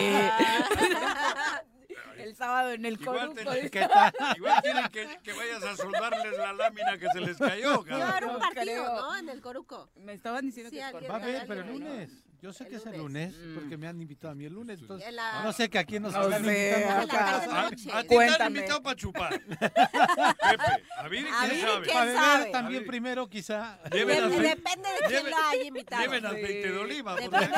El sábado en el Coruco. Igual tienen que vayas a soldarles la lámina que se les cayó. Claro, un partido, ¿no? En el Coruco. Me estaban diciendo que va a haber, pero el lunes. Yo sé que es el lunes, porque me han invitado a mí el lunes. Entonces, no sé que a quién nos están invitando. A ti te han invitado para chupar. Pepe, a Viri, ¿quién sabe? Para beber también primero, quizá. Depende de quién la haya invitado. Lleven aceite de oliva.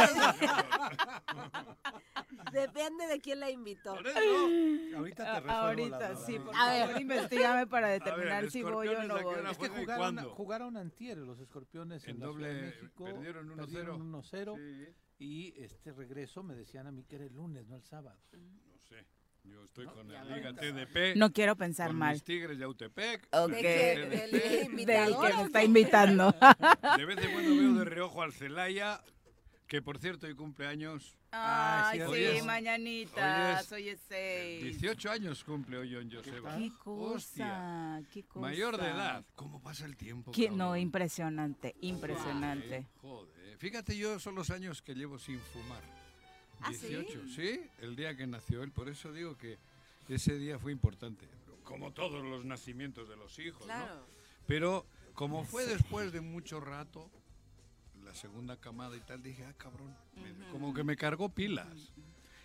Depende de quién la invitó. Ahorita te resuelvo. Ahorita, sí, por favor, investígame para determinar si voy o no voy. Es que jugaron antier los Escorpiones en doble de México. Perdieron 1-0. Sí. Y este regreso me decían a mí que era el lunes, no el sábado. No sé. Yo estoy con el Liga TDP. No quiero pensar con mal. Mis Tigres de Yautepec. Del que me está invitando. De vez en cuando veo de reojo al Celaya, que por cierto hoy cumpleaños. Ay, sí, mañanitas, hoy es 6. 18 años cumple hoy John Joseba. Qué cosa, qué cosa. Mayor de edad. ¿Cómo pasa el tiempo? No, impresionante. Joder. Fíjate, yo son los años que llevo sin fumar. 18, ¿sí? El día que nació él. Por eso digo que ese día fue importante. Como todos los nacimientos de los hijos, ¿no? Pero como fue después de mucho rato, la segunda camada y tal, dije, cabrón, como que me cargó pilas.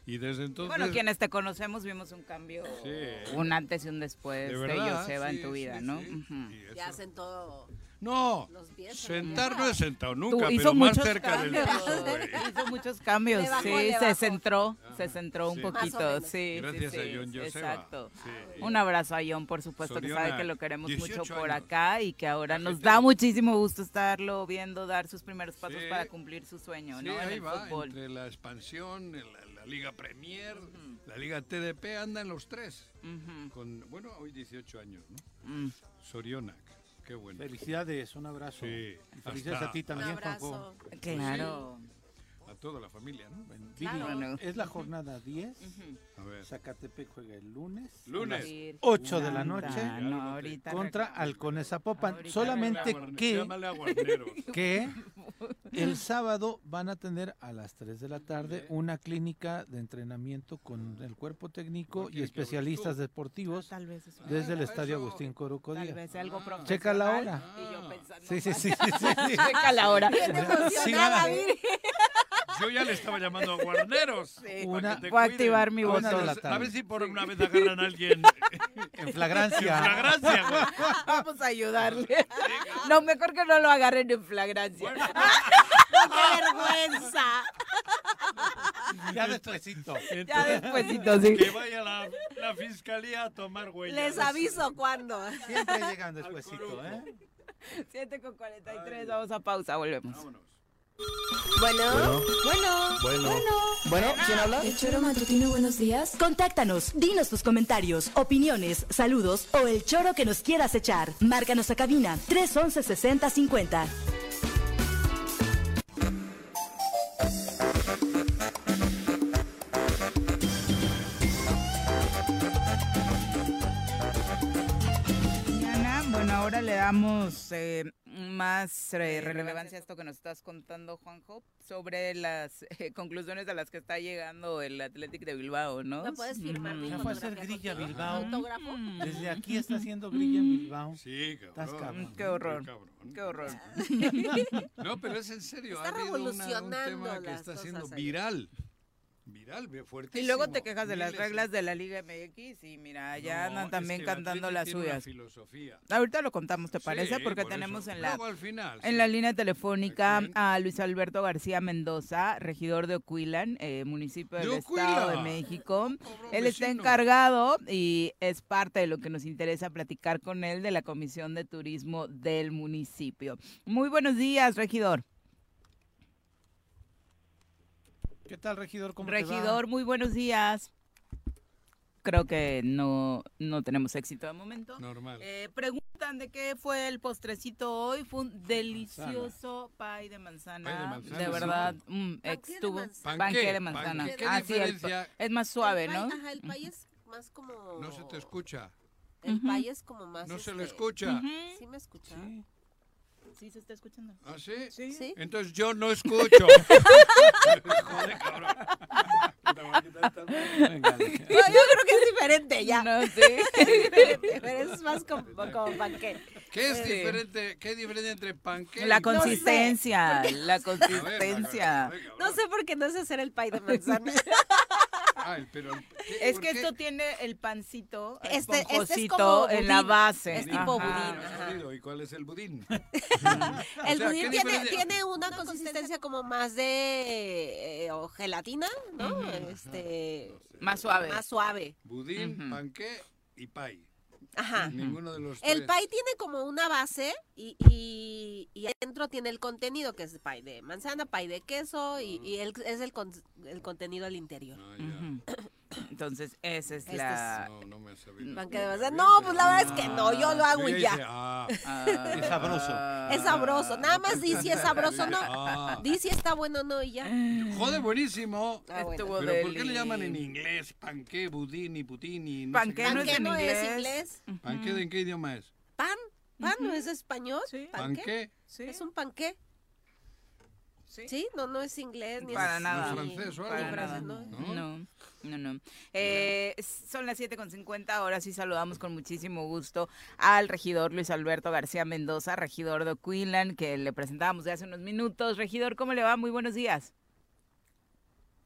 Y desde entonces... Bueno, quienes te conocemos vimos un cambio, un antes y un después de Joseba en tu vida, ¿no? Ya hacen todo... No, sentar no he sentado nunca, hizo pero más muchos cerca del piso, güey. Hizo muchos cambios, se centró un poquito, sí. Gracias a John Joseba. Exacto. Sí. Un abrazo a John, por supuesto, Soriona, que sabe que lo queremos mucho por años. acá y que ahora nos da muchísimo gusto estarlo viendo dar sus primeros pasos para cumplir su sueño, ¿no? Ahí en el va, fútbol. entre la expansión, la Liga Premier, la Liga TDP, andan los tres. Con, bueno, hoy 18 años, ¿no? Soriona. Qué bueno. Felicidades, un abrazo. Sí. Y felicidades a ti también, Juanjo. Claro. A toda la familia, ¿no? Claro. Es la jornada 10. A ver. Zacatepec juega el lunes. Lunes. 8 de la noche. No, ahorita contra Halcones Zapopan. Solamente que el sábado van a tener a las 3 de la tarde una clínica de entrenamiento con el cuerpo técnico y especialistas deportivos desde el Estadio Agustín Coroco Díaz. Tal vez algo profesional. Checa la hora. Y yo pensando, Sí. checa la hora. Yo ya le estaba llamando a guarneros. Voy a activar mi voto. A ver si por una vez agarran a alguien en flagrancia. En flagrancia, güey. Vamos a ayudarle. No, mejor que no lo agarren en flagrancia. Bueno. ¡Qué vergüenza! Ya despuesito. Sí. Que vaya la fiscalía a tomar huellas. Les aviso cuándo. Siempre llegan despuesito, ¿eh? 7:43, vamos a pausa, volvemos. Vámonos. Bueno, ¿quién habla? El Choro Matutino, buenos días. Contáctanos, dinos tus comentarios, opiniones, saludos o el choro que nos quieras echar. Márcanos a cabina 311-6050. Ahora le damos más relevancia a esto que nos estás contando, Juanjo, sobre las conclusiones a las que está llegando el Athletic de Bilbao, ¿no? ¿Me puedes firmar mi Ya fue a hacer grilla Bilbao. autógrafo? Desde aquí está haciendo grilla en Bilbao. Sí, cabrón. Qué horror. Qué horror. No, pero es en serio. Está ha habido revolucionando un tema que las está cosas siendo ahí. viral, fuertísimo. Y luego te quejas de las Miles reglas de la Liga MX y mira, ya No, andan también es que el cantando Athletic las tiene una suyas. filosofía. Ahorita lo contamos, ¿te parece? Sí, Porque por tenemos eso. en Luego, al final, en la línea telefónica a Luis Alberto García Mendoza, regidor de Ocuilan, municipio del Estado de México. Él está encargado y es parte de lo que nos interesa platicar con él de la Comisión de Turismo del municipio. Muy buenos días, regidor. ¿Qué tal, regidor? ¿Cómo te va? Regidor, muy buenos días. Creo que no tenemos éxito de momento. Normal. Preguntan de qué fue el postrecito hoy. Fue un delicioso pie de manzana. Pie de manzana, de verdad, estuvo panqué de manzana. Sí, es más suave, ¿no? Ajá, el pie es más como... No se te escucha. El pie es como más... No se le escucha. ¿Sí me escucha? Sí, se está escuchando. ¿Ah, sí? Sí. Entonces yo no escucho. Joder, cabrón. No, yo creo que es diferente ya. No, sí. Pero es más como panqué. ¿Qué es diferente? ¿Qué es diferente entre panqué La y consistencia, pie? la consistencia. No sé por qué no sé hacer el pie de manzana. Ay, pero es que esto tiene el pancito este es esponjosito como en la base. Es tipo Ajá. budín. Ajá. ¿Y cuál es el budín? El O sea, budín ¿qué tiene una consistencia como más de o gelatina, ¿no? Más suave. Más suave. Budín, panqué y pie. Ajá. Ninguno de los El tres. pie tiene como una base y adentro tiene el contenido, que es pie de manzana, pie de queso y es el contenido al interior. Ah, ya. Entonces, esa es No me has sabido. Panqué de manzana. No, pues la verdad es que no, yo lo hago y ya. Es sabroso. Es sabroso. Nada más di si es sabroso o no. Di si está bueno o no y ya. Joder, buenísimo. Estuvo Pero ¿por qué le llaman en inglés panqué, budín y putín y no sé Panqué qué? no es ¿Panqué en no inglés. es inglés? ¿Panqué de en qué idioma es? ¿Pan? ¿Pan no es español? Sí. ¿Panqué? Sí. Es un panqué. Sí. Sí, no es inglés ni Para es nada. ¿No es francés o algo? Para francés, nada. ¿no? No. Son las 7:50, ahora sí saludamos con muchísimo gusto al regidor Luis Alberto García Mendoza, regidor de Ocuilan, que le presentábamos de hace unos minutos. Regidor, ¿cómo le va? Muy buenos días.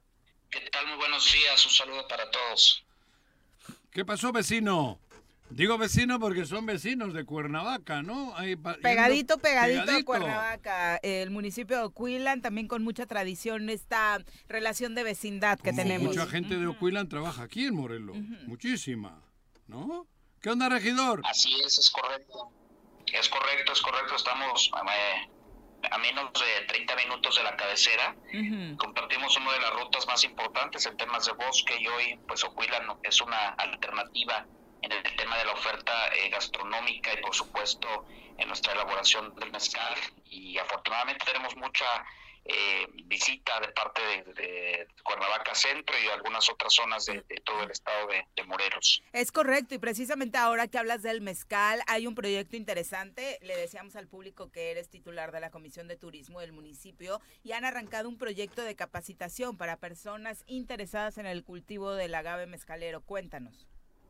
¿Qué tal? Muy buenos días, un saludo para todos. ¿Qué pasó, vecino? Digo vecino porque son vecinos de Cuernavaca, ¿no? Pegadito a Cuernavaca, el municipio de Ocoilan, también con mucha tradición esta relación de vecindad que tenemos. Mucha gente de Ocoilan trabaja aquí en Morelos, muchísima, ¿no? ¿Qué onda, regidor? Así es correcto. Es correcto, estamos a menos de 30 minutos de la cabecera. Compartimos una de las rutas más importantes en temas de bosque y hoy pues Ocoilan es una alternativa en el tema de la oferta gastronómica y por supuesto en nuestra elaboración del mezcal, y afortunadamente tenemos mucha visita de parte de Cuernavaca Centro y algunas otras zonas de todo el estado de Morelos. Es correcto, y precisamente ahora que hablas del mezcal, hay un proyecto interesante. Le decíamos al público que eres titular de la Comisión de Turismo del municipio y han arrancado un proyecto de capacitación para personas interesadas en el cultivo del agave mezcalero. Cuéntanos.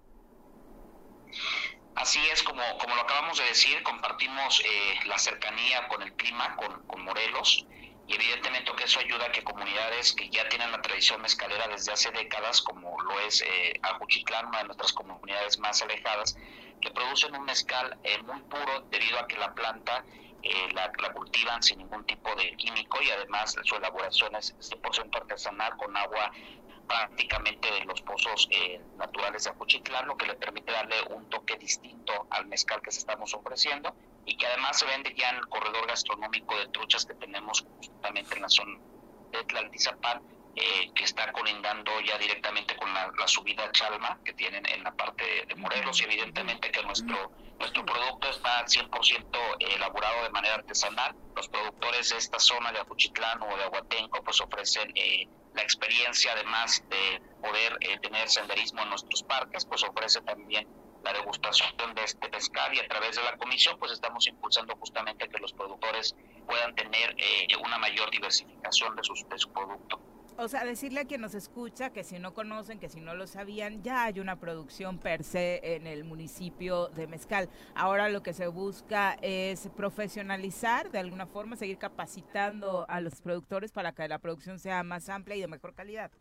Así es, como lo acabamos de decir, compartimos la cercanía con el clima, con Morelos, y evidentemente que eso ayuda a que comunidades que ya tienen la tradición mezcalera desde hace décadas, como lo es Ajuchitlán, una de nuestras comunidades más alejadas, que producen un mezcal muy puro debido a que la planta la cultivan sin ningún tipo de químico, y además su elaboración es 100% artesanal con agua prácticamente de los pozos naturales de Ajuchitlán, lo que le permite darle un toque distinto al mezcal que se estamos ofreciendo, y que además se vende ya en el corredor gastronómico de truchas que tenemos justamente en la zona de Tlaltizapán, que está colindando ya directamente con la subida a Chalma que tienen en la parte de Morelos, y evidentemente que nuestro producto está 100% elaborado de manera artesanal. Los productores de esta zona de Ajuchitlán o de Ahuatenco pues ofrecen la experiencia, además de poder tener senderismo en nuestros parques, pues ofrece también la degustación de este mezcal, y a través de la comisión pues estamos impulsando justamente que los productores puedan tener una mayor diversificación de su producto. O sea, decirle a quien nos escucha que si no conocen, que si no lo sabían, ya hay una producción per se en el municipio de mezcal. Ahora lo que se busca es profesionalizar, de alguna forma, seguir capacitando a los productores para que la producción sea más amplia y de mejor calidad.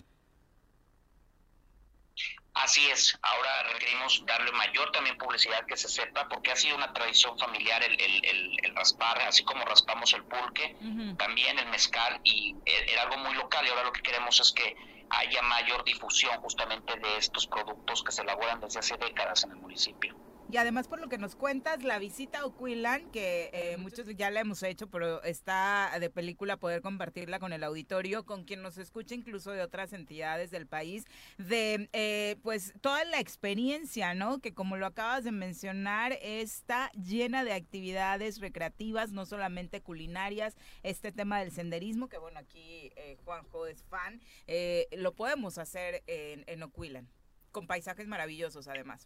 Así es, ahora requerimos darle mayor también publicidad, que se sepa, porque ha sido una tradición familiar el raspar, así como raspamos el pulque, también el mezcal, y era algo muy local, y ahora lo que queremos es que haya mayor difusión justamente de estos productos que se elaboran desde hace décadas en el municipio. Y además, por lo que nos cuentas, la visita a Ocoilan, que muchos ya la hemos hecho, pero está de película poder compartirla con el auditorio, con quien nos escucha incluso de otras entidades del país, de pues toda la experiencia, ¿no? Que como lo acabas de mencionar, está llena de actividades recreativas, no solamente culinarias, este tema del senderismo, que bueno, aquí Juanjo es fan, lo podemos hacer en Ocoilan, con paisajes maravillosos además.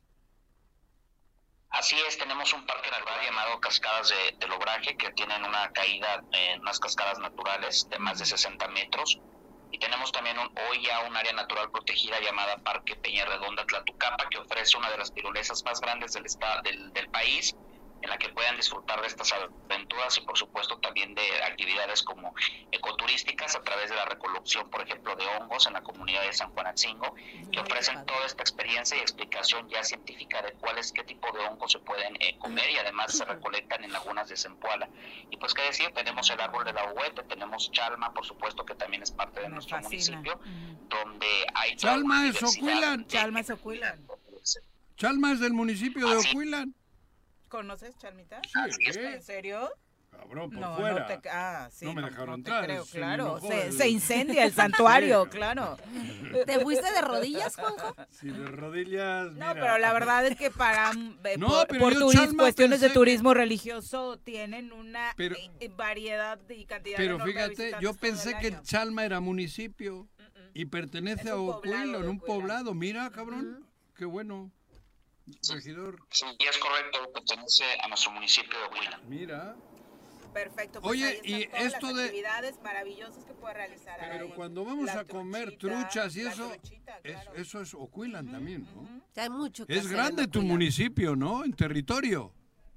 Así es, tenemos un parque natural llamado Cascadas del Obraje, que tienen una caída en unas cascadas naturales de más de 60 metros. Y tenemos también hoy ya un área natural protegida llamada Parque Peña Redonda Tlatucapa, que ofrece una de las tirolesas más grandes del país, en la que puedan disfrutar de estas aventuras y por supuesto también de actividades como ecoturísticas a través de la recolección, por ejemplo, de hongos en la comunidad de San Juanatzingo, que ofrecen toda esta experiencia y explicación ya científica de qué tipo de hongos se pueden comer, y además se recolectan en lagunas de Zempoala. Y pues qué decir, tenemos el árbol de la Huete, tenemos Chalma, por supuesto, que también es parte de nuestro municipio, donde hay... Chalma es Ocoilan. Chalma es Ocoilan. Chalma es del municipio de Ocoilan. ¿Conoces Chalmita? Sí. ¿En serio? Cabrón, por fuera. No me dejaron entrar. Creo, claro. Se incendia el santuario, claro. ¿Te fuiste de rodillas, Juanjo? Sí, de rodillas. No, mira. pero la verdad es que para por cuestiones de turismo religioso tienen una variedad y cantidad de Pero fíjate, yo pensé que Chalma era municipio y pertenece a Ocoilan, un poblado. Mira, cabrón, qué bueno. Regidor. Sí, es correcto, pertenece a nuestro municipio de Ocoilan. Mira. Perfecto. Pues oye, y esto las actividades maravillosas que puede realizar. Pero cuando vamos a comer truchas y eso, claro. Eso es Ocoilan también, ¿no? Hay mucho que es grande tu municipio, ¿no? En territorio.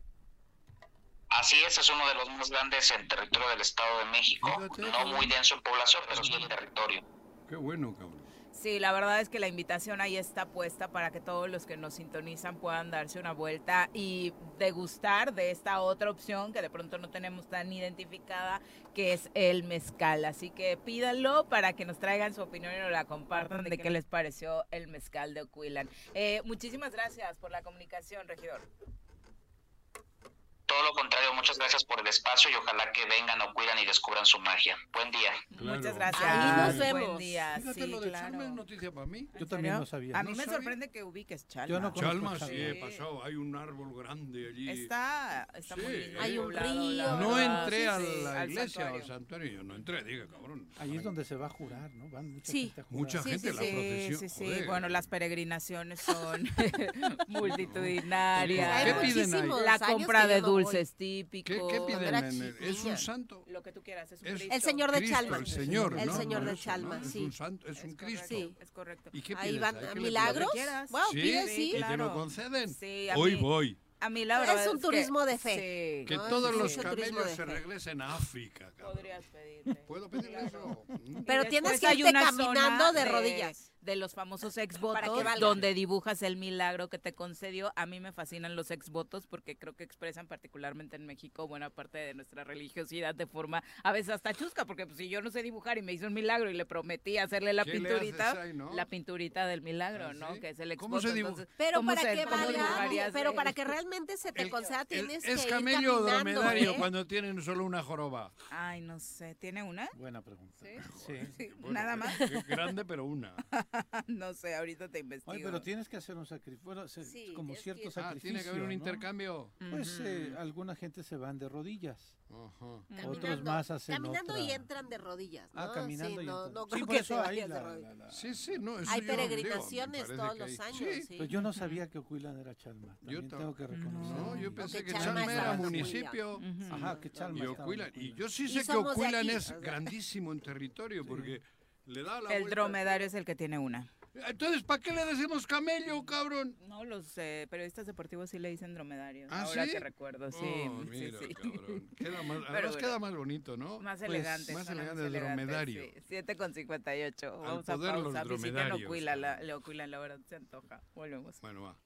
Así es uno de los más grandes en territorio del Estado de México. Fíjate, no muy denso en población, pero sí en territorio. Qué bueno, cabrón. Sí, la verdad es que la invitación ahí está puesta para que todos los que nos sintonizan puedan darse una vuelta y degustar de esta otra opción que de pronto no tenemos tan identificada, que es el mezcal. Así que pídanlo para que nos traigan su opinión y nos la compartan de qué les pareció el mezcal de Ocuilan. Muchísimas gracias por la comunicación, regidor. Todo lo contrario, muchas gracias por el espacio y ojalá que vengan, o cuidan y descubran su magia. Buen día. Claro. Muchas gracias. Ahí nos vemos. Buen día. Fíjate, sí, lo de claro. Chalma es noticia para mí. Yo también no sabía. A mí no me sabía. sorprende que ubiques Chalma. Yo no Chalma conozco sí he pasado, hay un árbol grande allí. Está Sí, muy lindo. Hay un poblado, río. la No verdad. entré a Sí, la al iglesia, santuario. al santuario, yo no entré, diga, cabrón. Ahí es donde se va a jurar, ¿no? Van mucha Sí. gente a jurar. Mucha gente, la procesión. Sí. joder. Bueno, las peregrinaciones son multitudinarias. Hay ¿Qué piden ahí? muchísimos La años compra que de yo no voy. dulces típicos. ¿Qué piden? era ¿Es un chiquilla. santo? Lo que tú quieras, es un Es- Cristo. El señor de Cristo, Chalma. el señor, ¿no? El señor No, de eso, Chalma, ¿no? sí. Es un santo, es un Cristo. Sí. Es correcto. ¿Y qué Ahí pides? van ¿Qué le milagros. pides? quieras. Wow, Sí, pide, sí, sí. ¿Y te lo claro. conceden? Sí, a Hoy mí- voy. A mí la verdad Es un turismo de fe. Sí. Que No, todos es los mucho turismo camellos de se fe. regresen a África, cabrón. Podrías pedirle. ¿Puedo pedirle eso? Pero Y tienes después que hay irte una caminando zona de rodillas. De los famosos Para que exvotos, valga. donde dibujas el milagro que te concedió. A mí me fascinan los exvotos porque creo que expresan particularmente en México buena parte de nuestra religiosidad de forma a veces hasta chusca, porque pues, si yo no sé dibujar y me hizo un milagro y le prometí hacerle la ¿Qué le pinturita, haces ahí, no? la pinturita del milagro, ¿Ah, ¿no? sí? Que es el exvoto. ¿Cómo se dibuja? Entonces, Pero ¿cómo para se- que cómo valga, dibujarías pero el- para que realmente se te conceda tienes que ¿Es ir camello o caminando, dromedario ¿eh? cuando tienen solo una joroba? Ay, no sé, ¿tiene una? Buena pregunta. Sí. Sí. Bueno, Nada más. Grande, pero una. No sé, ahorita te investigo. Oye, pero tienes que hacer un sacrificio, bueno, Sí, como tienes cierto que- sacrificio. Tiene que haber un ¿no? intercambio. Pues alguna gente se van de rodillas. Ajá. Otros más hacen Caminando otra. y entran de rodillas, ¿no? caminando Sí, y no, entran. no Sí, creo por que eso te hay vayas de la- rodillas. la- Sí, sí, no, eso Hay yo digo, peregrinaciones me parece todos que los hay. años, Sí. sí. Pues yo no sabía que Ocuilan era Chalma. También ta- tengo que reconocer. No, yo pensé Porque que Chalma Chalma era estaba en municipio. Ajá, que Chalma Y estaba en Ocuilan. Y Ocuilan. yo sí Y sé que somos de Ocuilan aquí, es o sea. grandísimo en territorio porque le da la El vuelta. dromedario es el que tiene una. Entonces, ¿para qué le decimos camello, cabrón? No, los periodistas deportivos sí le dicen dromedario. ¿Ah, ahora sí? que recuerdo, sí. Oh, sí, mira, sí. cabrón. Queda más, Pero además bueno. queda más bonito, ¿no? Más Pues, elegante. más suena elegante más el dromedario. Sí, 7:58. Vamos a poder los pausa. Visiten dromedarios, Ocuilan, cabrón. le Ocuilan, la verdad se antoja. Volvemos. Bueno, va.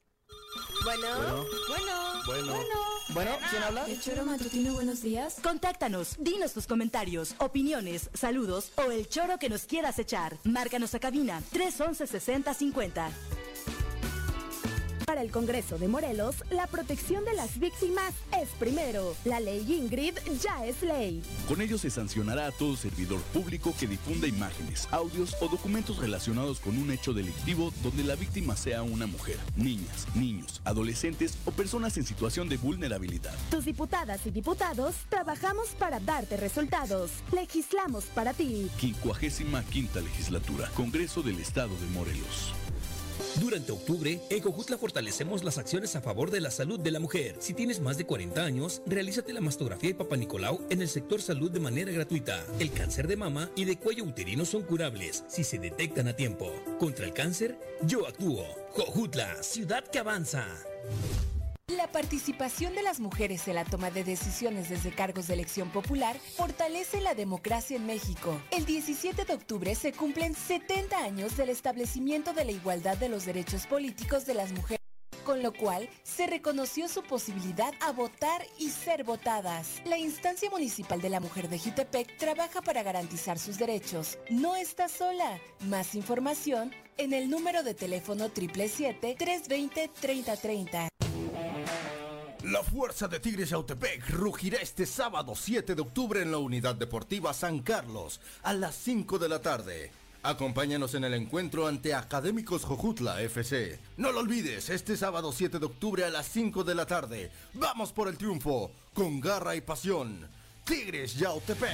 Bueno, ¿quién habla? El Choro Matutino, buenos días. Contáctanos, dinos tus comentarios, opiniones, saludos o el choro que nos quieras echar. Márcanos a cabina 311-6050. Para el Congreso de Morelos, la protección de las víctimas es primero. La ley Ingrid ya es ley. Con ello se sancionará a todo servidor público que difunda imágenes, audios o documentos relacionados con un hecho delictivo donde la víctima sea una mujer, niñas, niños, adolescentes o personas en situación de vulnerabilidad. Tus diputadas y diputados trabajamos para darte resultados. Legislamos para ti. 55ª Legislatura, Congreso del Estado de Morelos. Durante octubre, en Jojutla fortalecemos las acciones a favor de la salud de la mujer. Si tienes más de 40 años, realízate la mastografía y Papa Nicolau en el sector salud de manera gratuita. El cáncer de mama y de cuello uterino son curables si se detectan a tiempo. Contra el cáncer, yo actúo. Jojutla, ciudad que avanza. La participación de las mujeres en la toma de decisiones desde cargos de elección popular fortalece la democracia en México. El 17 de octubre se cumplen 70 años del establecimiento de la igualdad de los derechos políticos de las mujeres, con lo cual se reconoció su posibilidad a votar y ser votadas. La instancia municipal de la mujer de Jutepec trabaja para garantizar sus derechos. No está sola. Más información en el número de teléfono 777-320-3030. La fuerza de Tigres Yautepec rugirá este sábado 7 de octubre en la Unidad Deportiva San Carlos a las 5 de la tarde. Acompáñanos en el encuentro ante Académicos Jojutla FC. No lo olvides, este sábado 7 de octubre a las 5 de la tarde. Vamos por el triunfo, con garra y pasión. Tigres Yautepec.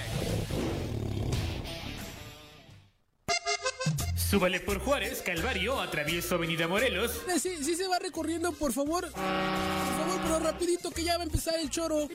Súbale por Juárez, Calvario, atravieso Avenida Morelos. Sí se va recorriendo, por favor. Por favor, pero rapidito que ya va a empezar el choro.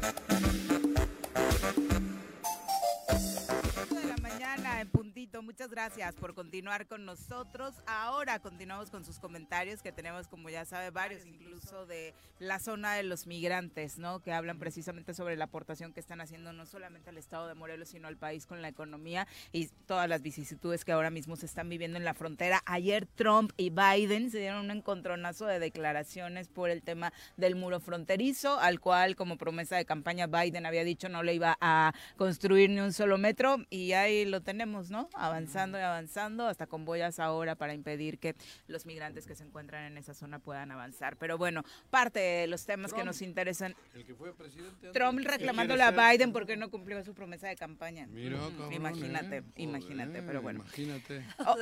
De la mañana en puntito. Muchas gracias por continuar con nosotros. Ahora continuamos con sus comentarios, que tenemos, como ya sabe, varios, incluso de la zona de los migrantes, ¿no? Que hablan precisamente sobre la aportación que están haciendo no solamente al estado de Morelos, sino al país con la economía y todas las vicisitudes que ahora mismo se están viviendo en la frontera. Ayer Trump y Biden se dieron un encontronazo de declaraciones por el tema del muro fronterizo, al cual, como promesa de campaña, Biden había dicho no le iba a construir ni un solo metro, y ahí lo tenemos, ¿no? Avanzando y avanzando, hasta con boyas ahora para impedir que los migrantes que se encuentran en esa zona puedan avanzar. Pero bueno, parte de los temas que nos interesan. El que fue presidente. Trump reclamándole a Biden porque no cumplió su promesa de campaña. Mira, cabrón, imagínate, pero bueno. Imagínate.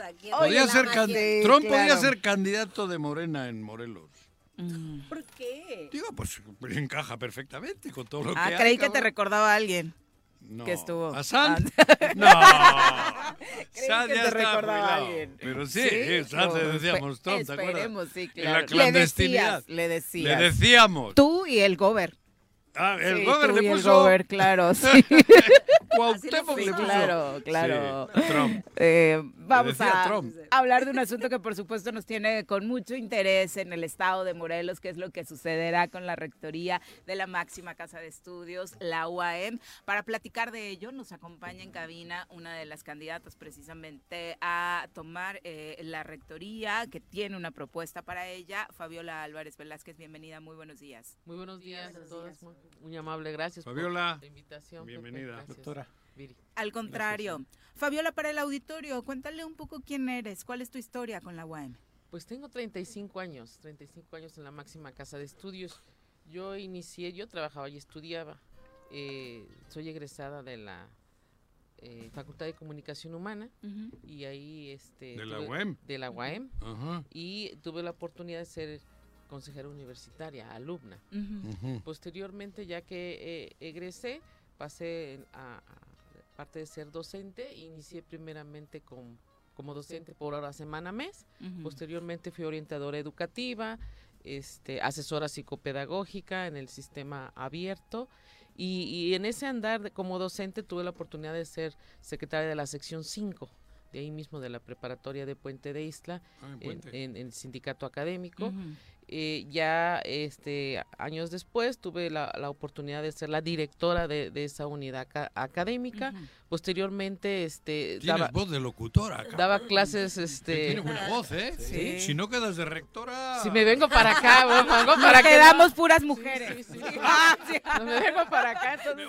Trump podía ser candidato de Morena en Morelos. ¿Por qué? Digo, pues encaja perfectamente con todo lo que hay. Creí que te recordaba a alguien. No. Que estuvo. ¿A Sanz? No. Sanz ya está jubilado. Pero sí, Sanz le decíamos, Trump, ¿te acuerdas? Esperemos, sí, claro. En la clandestinidad. Le decías. Le decíamos. Tú y el Gober. El sí, Gober le puso. El Gober, claro, sí. Cuauhtémoc le puso. Claro. Sí, Trump. Vamos a hablar de un asunto que por supuesto nos tiene con mucho interés en el estado de Morelos, que es lo que sucederá con la rectoría de la máxima casa de estudios, la UAM. Para platicar de ello nos acompaña en cabina una de las candidatas precisamente a tomar la rectoría, que tiene una propuesta para ella, Fabiola Álvarez Velázquez. Bienvenida, muy buenos días. Muy buenos días a todos. Muy amable, gracias Fabiola, por la invitación. Bienvenida. Doctora. Viri. Al contrario. Gracias. Fabiola, para el auditorio, cuéntale un poco quién eres, cuál es tu historia con la UAM. Pues tengo 35 años en la máxima casa de estudios. Yo trabajaba y estudiaba. Soy egresada de la Facultad de Comunicación Humana y ahí de la UAM. De la UAM. Y tuve la oportunidad de ser consejera universitaria, alumna. Posteriormente, ya que egresé, pasé a parte de ser docente, inicié primeramente como docente por hora, semana, mes. Posteriormente fui orientadora educativa, asesora psicopedagógica en el sistema abierto, y en ese andar como docente tuve la oportunidad de ser secretaria de la sección 5, de ahí mismo de la preparatoria de Puente de Isla, en el sindicato académico. Ya años después tuve la oportunidad de ser la directora de esa unidad académica. Posteriormente tienes voz de locutora, cabrón. Daba clases tienes buena voz, Sí. Si no quedas de rectora. Si me vengo para acá, quedamos puras mujeres. Sí. No me vengo para acá, entonces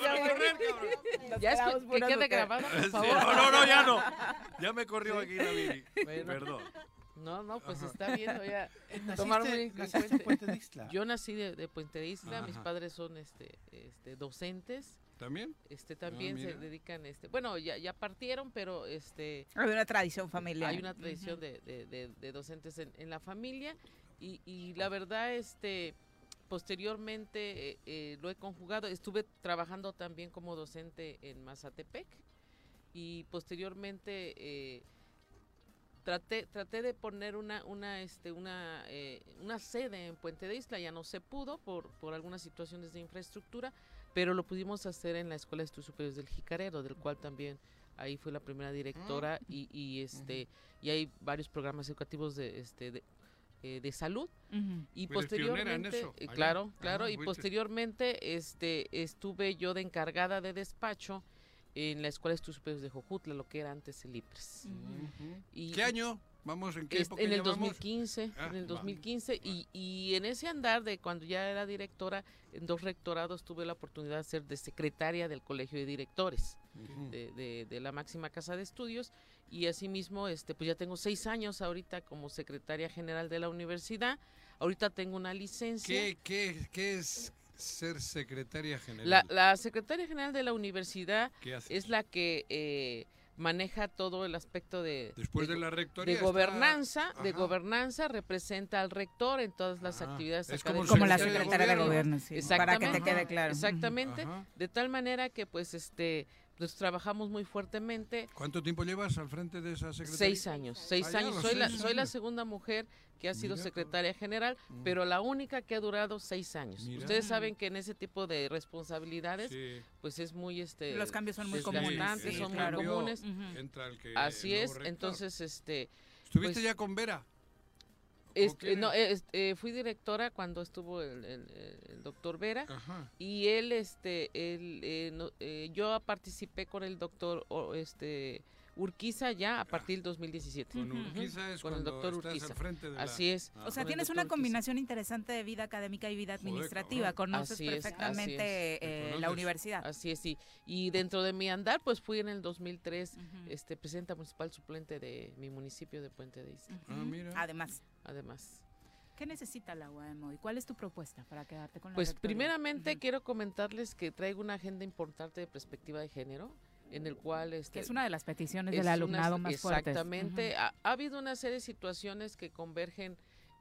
que quede grabado, por favor. No, ya no. Ya me corrió aquí la Viri. Perdón. No, pues está bien, voy a tomar muy en Puente de Isla. Yo nací de Puente de Isla, mis padres son docentes. ¿También? También se dedican, bueno, ya partieron, pero hay una tradición familiar. Hay una tradición de docentes en la familia, y la verdad, posteriormente lo he conjugado. Estuve trabajando también como docente en Mazatepec, y posteriormente traté de poner una sede en Puente de Isla. Ya no se pudo por algunas situaciones de infraestructura, pero lo pudimos hacer en la Escuela de Estudios Superiores del Jicarero, del cual también ahí fui la primera directora, y hay varios programas educativos de salud, y posteriormente claro, y posteriormente estuve yo de encargada de despacho en la Escuela de Estudios Superiores de Jojutla, lo que era antes el IPRES. ¿Qué año? ¿Vamos en qué época? En el 2015, y en ese andar de cuando ya era directora, en 2 rectorados tuve la oportunidad de ser de secretaria del Colegio de Directores de la máxima casa de estudios, y asimismo pues ya tengo 6 años ahorita como secretaria general de la universidad. Ahorita tengo una licencia. ¿Qué es ser secretaria general? La secretaria general de la universidad es la que maneja todo el aspecto después de la rectoría, de gobernanza, representa al rector en todas las actividades académicas. Como la secretaria de gobierno, sí, para que te quede claro. Exactamente, de tal manera que pues Pues trabajamos muy fuertemente. ¿Cuánto tiempo llevas al frente de esa secretaría? 6 años. 6 años. Soy la segunda mujer que ha sido secretaria general, pero la única que ha durado 6 años. Mira. Ustedes saben que en ese tipo de responsabilidades, pues es muy los cambios son muy comunes. Son muy comunes. Entra el que Así es. rector. Entonces, ¿Estuviste pues, ya con Vera? Fui directora cuando estuvo el doctor Vera. Ajá. Y él, yo participé con el doctor Urquiza ya a partir del 2017. Con Urquiza es con el doctor Urquiza. Al frente de Así es. O sea, tienes una combinación interesante de vida académica y vida administrativa. Conoces perfectamente la universidad. Así es, sí. Y dentro de mi andar, pues fui en el 2003 presidenta municipal suplente de mi municipio de Puente de Izca. Mira. Además. ¿Qué necesita la UAM hoy? ¿Cuál es tu propuesta para quedarte con la Pues rectoría? primeramente quiero comentarles que traigo una agenda importante de perspectiva de género, en el cual que es una de las peticiones del alumnado más fuertes. Exactamente. Ha habido una serie de situaciones que convergen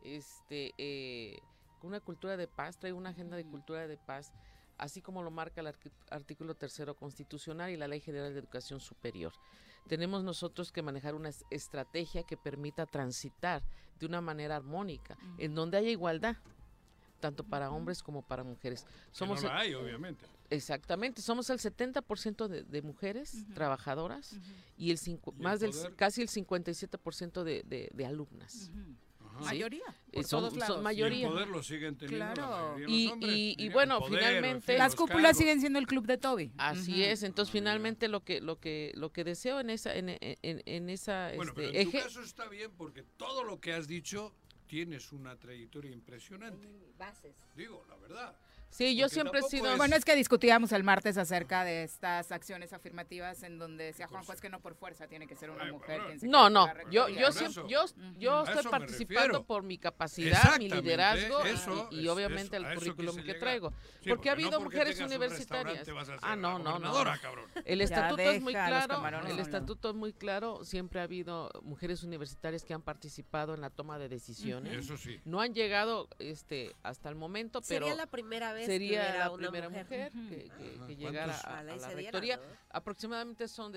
con una cultura de paz, traigo una agenda de cultura de paz, así como lo marca el artículo 3 constitucional y la Ley General de Educación Superior. Tenemos nosotros que manejar una estrategia que permita transitar de una manera armónica, en donde haya igualdad, tanto para hombres como para mujeres. Somos no la hay, obviamente. Exactamente, somos el 70% de mujeres trabajadoras y casi el 57% de alumnas. ¿Sí? Mayoría. Son mayoría. Y el poder lo siguen teniendo. Claro. Y bueno, finalmente las cúpulas siguen siendo el club de Toby. Así es. Entonces finalmente lo que deseo en esa bueno, pero en tu caso está bien porque todo lo que has dicho tienes una trayectoria impresionante. Bases. Digo, la verdad. Sí, yo siempre he sido... Bueno, es que discutíamos el martes acerca de estas acciones afirmativas en donde decía Juanjo, es que no por fuerza tiene que ser una mujer quien se yo estoy participando por mi capacidad, mi liderazgo y obviamente el currículum que traigo. Sí, porque ha habido mujeres universitarias. No. El estatuto es muy claro, siempre ha habido mujeres universitarias que han participado en la toma de decisiones. Eso sí. No han llegado hasta el momento, pero... Sería la primera vez sería la primera mujer que llegara a la rectoría. ¿No? Aproximadamente son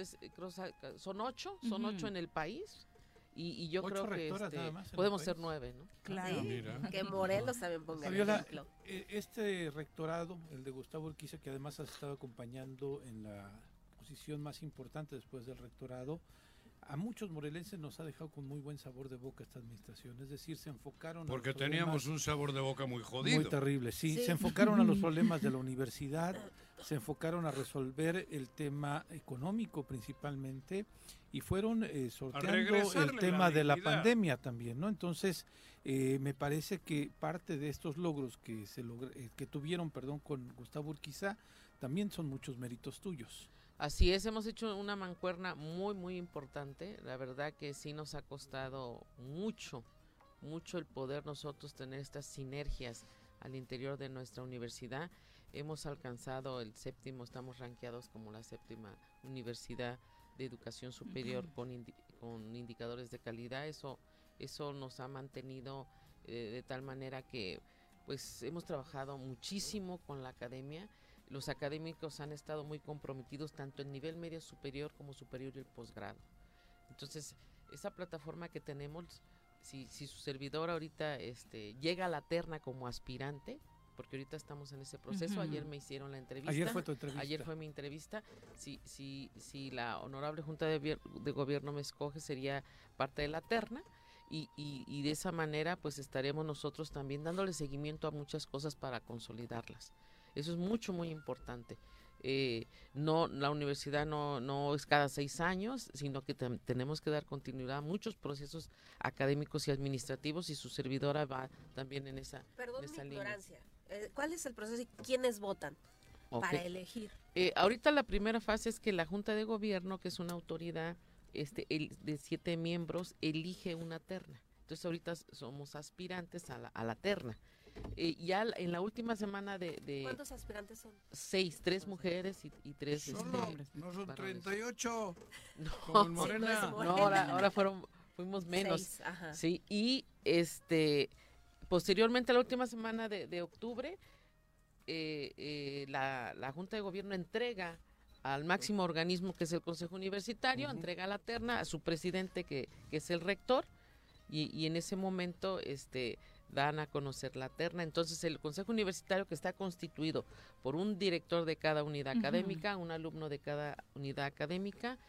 8 en el país y yo creo que podemos ser 9, ¿no? Claro. Que Morelos también ponga el ejemplo. Este rectorado, el de Gustavo Urquiza, que además has estado acompañando en la posición más importante después del rectorado, a muchos morelenses nos ha dejado con muy buen sabor de boca esta administración, es decir, se enfocaron porque teníamos un sabor de boca muy jodido. Muy terrible, sí, se enfocaron a los problemas de la universidad, se enfocaron a resolver el tema económico principalmente y fueron sorteando el tema de la pandemia también, ¿no? Entonces, me parece que parte de estos logros que tuvieron con Gustavo Urquiza también son muchos méritos tuyos. Así es, hemos hecho una mancuerna muy, muy importante. La verdad que sí nos ha costado mucho el poder nosotros tener estas sinergias al interior de nuestra universidad. Hemos alcanzado el 7º, estamos rankeados como la 7ª universidad de educación superior con indicadores de calidad. Eso nos ha mantenido de tal manera que pues hemos trabajado muchísimo con la academia. Los académicos han estado muy comprometidos tanto en nivel medio superior como superior y el posgrado. Entonces, esa plataforma que tenemos, si su servidor ahorita llega a la terna como aspirante, porque ahorita estamos en ese proceso, ayer me hicieron la entrevista. Ayer fue tu entrevista. Ayer fue mi entrevista. Si la honorable Junta de Gobierno me escoge, sería parte de la terna. Y de esa manera, pues estaremos nosotros también dándole seguimiento a muchas cosas para consolidarlas. Eso es muy importante. La universidad no es cada 6 años, sino que tenemos que dar continuidad a muchos procesos académicos y administrativos y su servidora va también en esa Perdón en esa mi línea. ignorancia. ¿Cuál es el proceso y quiénes votan para elegir? Ahorita la primera fase es que la Junta de Gobierno, que es una autoridad de 7 miembros, elige una terna. Entonces ahorita somos aspirantes a la terna. Ya en la última semana de ¿cuántos aspirantes son? 6, 3 mujeres y 3 hombres. No son 38. No, como en Morena. No, ahora fuimos menos. 6, ajá. Sí, y posteriormente la última semana de octubre la Junta de Gobierno entrega al máximo organismo que es el Consejo Universitario, entrega la terna a su presidente que es el rector y en ese momento dan a conocer la terna. Entonces el Consejo Universitario, que está constituido por un director de cada unidad académica, un alumno de cada unidad académica,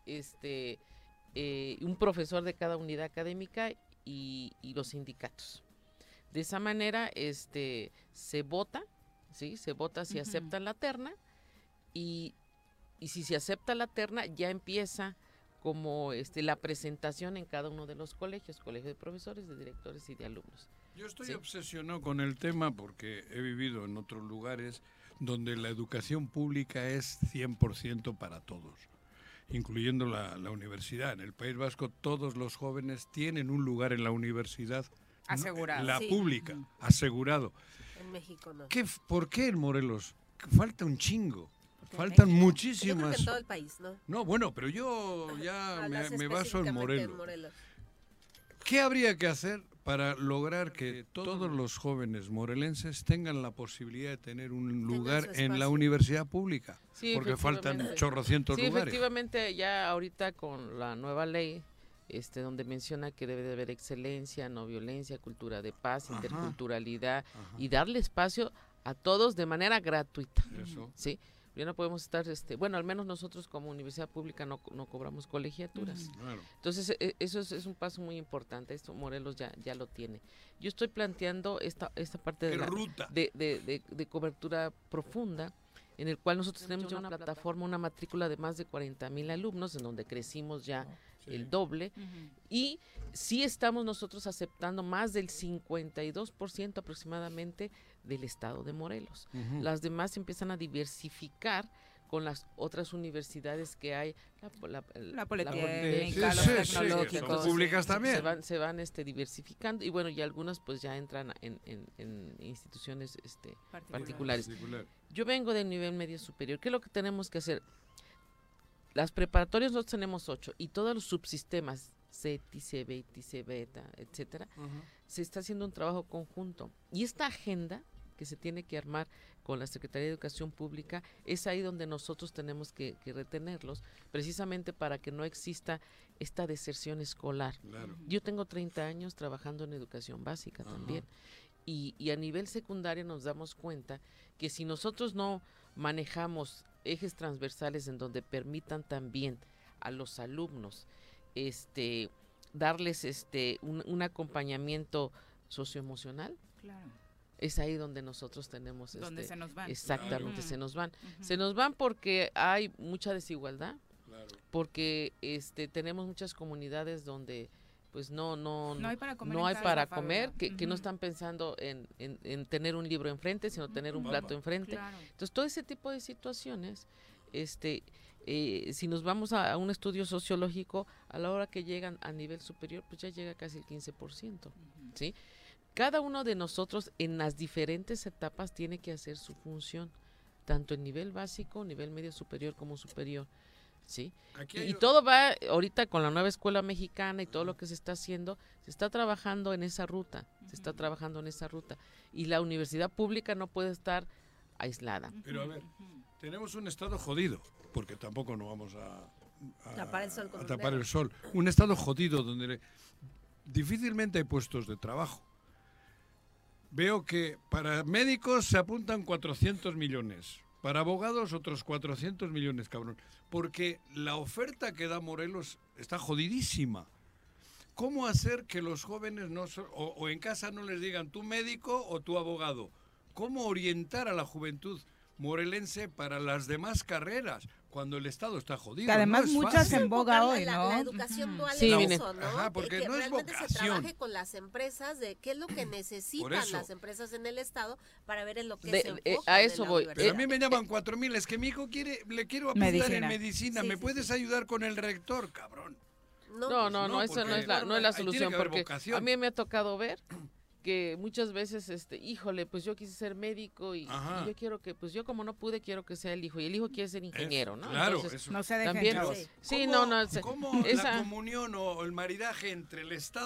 un profesor de cada unidad académica y los sindicatos. De esa manera se vota, ¿sí? Se vota si aceptan la terna y si se acepta la terna ya empieza como la presentación en cada uno de los colegios de profesores, de directores y de alumnos. Yo estoy obsesionado con el tema porque he vivido en otros lugares donde la educación pública es 100% para todos, incluyendo la universidad. En el País Vasco todos los jóvenes tienen un lugar en la universidad asegurado. La pública, asegurado. En México no. ¿Por qué en Morelos? Falta un chingo. Faltan muchísimas. Yo creo que en todo el país, ¿no? No, bueno, pero yo ya me baso en Morelos. ¿Qué habría que hacer para lograr que todos los jóvenes morelenses tengan la posibilidad de tener un lugar en la universidad pública? Sí, porque faltan chorrocientos lugares. Efectivamente, ya ahorita con la nueva ley, donde menciona que debe de haber excelencia, no violencia, cultura de paz, interculturalidad y darle espacio a todos de manera gratuita. Eso. ¿Sí? Ya no podemos estar, al menos nosotros como universidad pública no cobramos colegiaturas. Claro. Entonces, eso es un paso muy importante. Esto Morelos ya lo tiene. Yo estoy planteando esta parte de cobertura profunda, en el cual nosotros tenemos ya una plataforma, una matrícula de más de 40,000 alumnos, en donde crecimos ya el doble, y sí estamos nosotros aceptando más del 52% aproximadamente del estado de Morelos. Las demás empiezan a diversificar con las otras universidades que hay, la Politécnica, los tecnológicos, públicas también. Se van diversificando, y bueno, y algunas pues ya entran en instituciones particulares. Yo vengo del nivel medio superior. ¿Qué es lo que tenemos que hacer? Las preparatorias nosotros tenemos 8 y todos los subsistemas, CETI, CEBETI, CEBETA, etcétera, se está haciendo un trabajo conjunto. Y esta agenda que se tiene que armar con la Secretaría de Educación Pública, es ahí donde nosotros tenemos que retenerlos, precisamente para que no exista esta deserción escolar. Claro. Yo tengo 30 años trabajando en educación básica también, y a nivel secundario nos damos cuenta que si nosotros no manejamos ejes transversales en donde permitan también a los alumnos darles un acompañamiento socioemocional, claro, es ahí donde nosotros tenemos donde se nos van. Exactamente, se nos van. Se nos van porque hay mucha desigualdad, porque tenemos muchas comunidades donde pues no hay para comer, que no están pensando en tener un libro enfrente, sino tener un plato enfrente. Claro. Entonces, todo ese tipo de situaciones, si nos vamos a un estudio sociológico, a la hora que llegan a nivel superior, pues ya llega casi el 15%, ¿sí? Cada uno de nosotros en las diferentes etapas tiene que hacer su función, tanto en nivel básico, nivel medio superior como superior. Sí, y todo va ahorita con la nueva escuela mexicana y todo lo que se está haciendo, se está trabajando en esa ruta, y la universidad pública no puede estar aislada. Pero a ver, tenemos un estado jodido, porque tampoco nos vamos a tapar el sol. Un estado jodido donde difícilmente hay puestos de trabajo. Veo que para médicos se apuntan 400 millones. Para abogados otros 400 millones, cabrón. Porque la oferta que da Morelos está jodidísima. ¿Cómo hacer que los jóvenes o en casa no les digan tú médico o tú abogado? ¿Cómo orientar a la juventud morelense para las demás carreras cuando el Estado está jodido? Que además muchas en boga hoy, ¿no? La educación dual sí, es eso, ¿no? Ajá, porque que no es realmente vocación. se trabaje con las empresas de qué es lo que necesitan las empresas en el Estado para ver en lo que se enfocan a eso voy. Pero a mí me llaman 4,000, es que mi hijo le quiero apuntar en medicina. Sí, ¿me puedes ayudar con el rector, cabrón? No, esa no es la solución, porque vocación. A mí me ha tocado ver que muchas veces, híjole, pues yo quise ser médico y yo quiero que, pues yo como no pude, quiero que sea el hijo, y el hijo quiere ser ingeniero, ¿no? Claro, entonces, eso. No se dejen también, chavos. ¿Cómo la comunión o el maridaje entre el Estado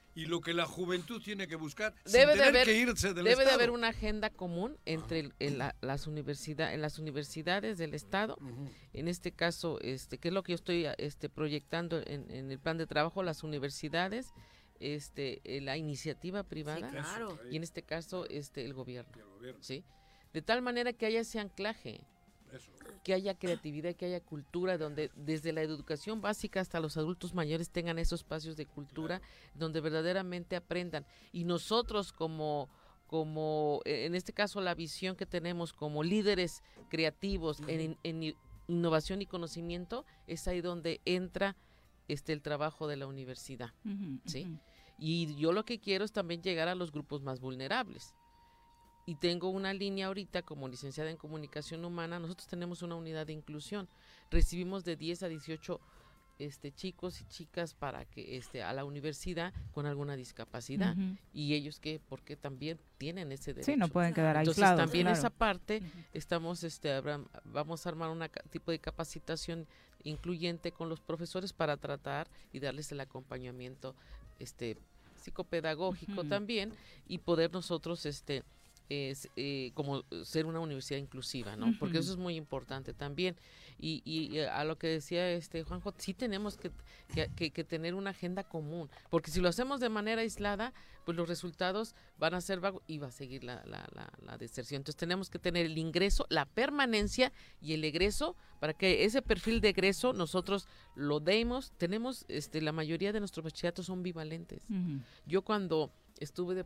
y lo que la juventud tiene que buscar debe sin tener que irse del Estado. Estado. De haber una agenda común entre las universidades del Estado, en este caso, que es lo que yo estoy proyectando en el plan de trabajo, las universidades, la iniciativa privada, sí, claro. y en este caso el gobierno, ¿sí? De tal manera que haya ese anclaje. Eso. Que haya creatividad, que haya cultura, donde desde la educación básica hasta los adultos mayores tengan esos espacios de cultura, donde verdaderamente aprendan. Y nosotros como en este caso la visión que tenemos como líderes creativos en innovación y conocimiento, es ahí donde entra el trabajo de la universidad, ¿sí? Y yo lo que quiero es también llegar a los grupos más vulnerables. Y tengo una línea ahorita como licenciada en comunicación humana. Nosotros tenemos una unidad de inclusión. Recibimos de 10 a 18 chicos y chicas para que a la universidad con alguna discapacidad. Y ellos porque también tienen ese derecho. Sí, no pueden quedar aislados. Entonces también esa parte estamos vamos a armar un tipo de capacitación incluyente con los profesores para tratar y darles el acompañamiento psicopedagógico también, y poder nosotros como ser una universidad inclusiva, ¿no? Porque eso es muy importante también. Y a lo que decía Juanjo, sí tenemos que tener una agenda común, porque si lo hacemos de manera aislada, pues los resultados van a ser vagos y va a seguir la deserción. Entonces tenemos que tener el ingreso, la permanencia y el egreso, para que ese perfil de egreso nosotros lo demos. Tenemos, la mayoría de nuestros bachilleratos son bivalentes. Yo cuando estuve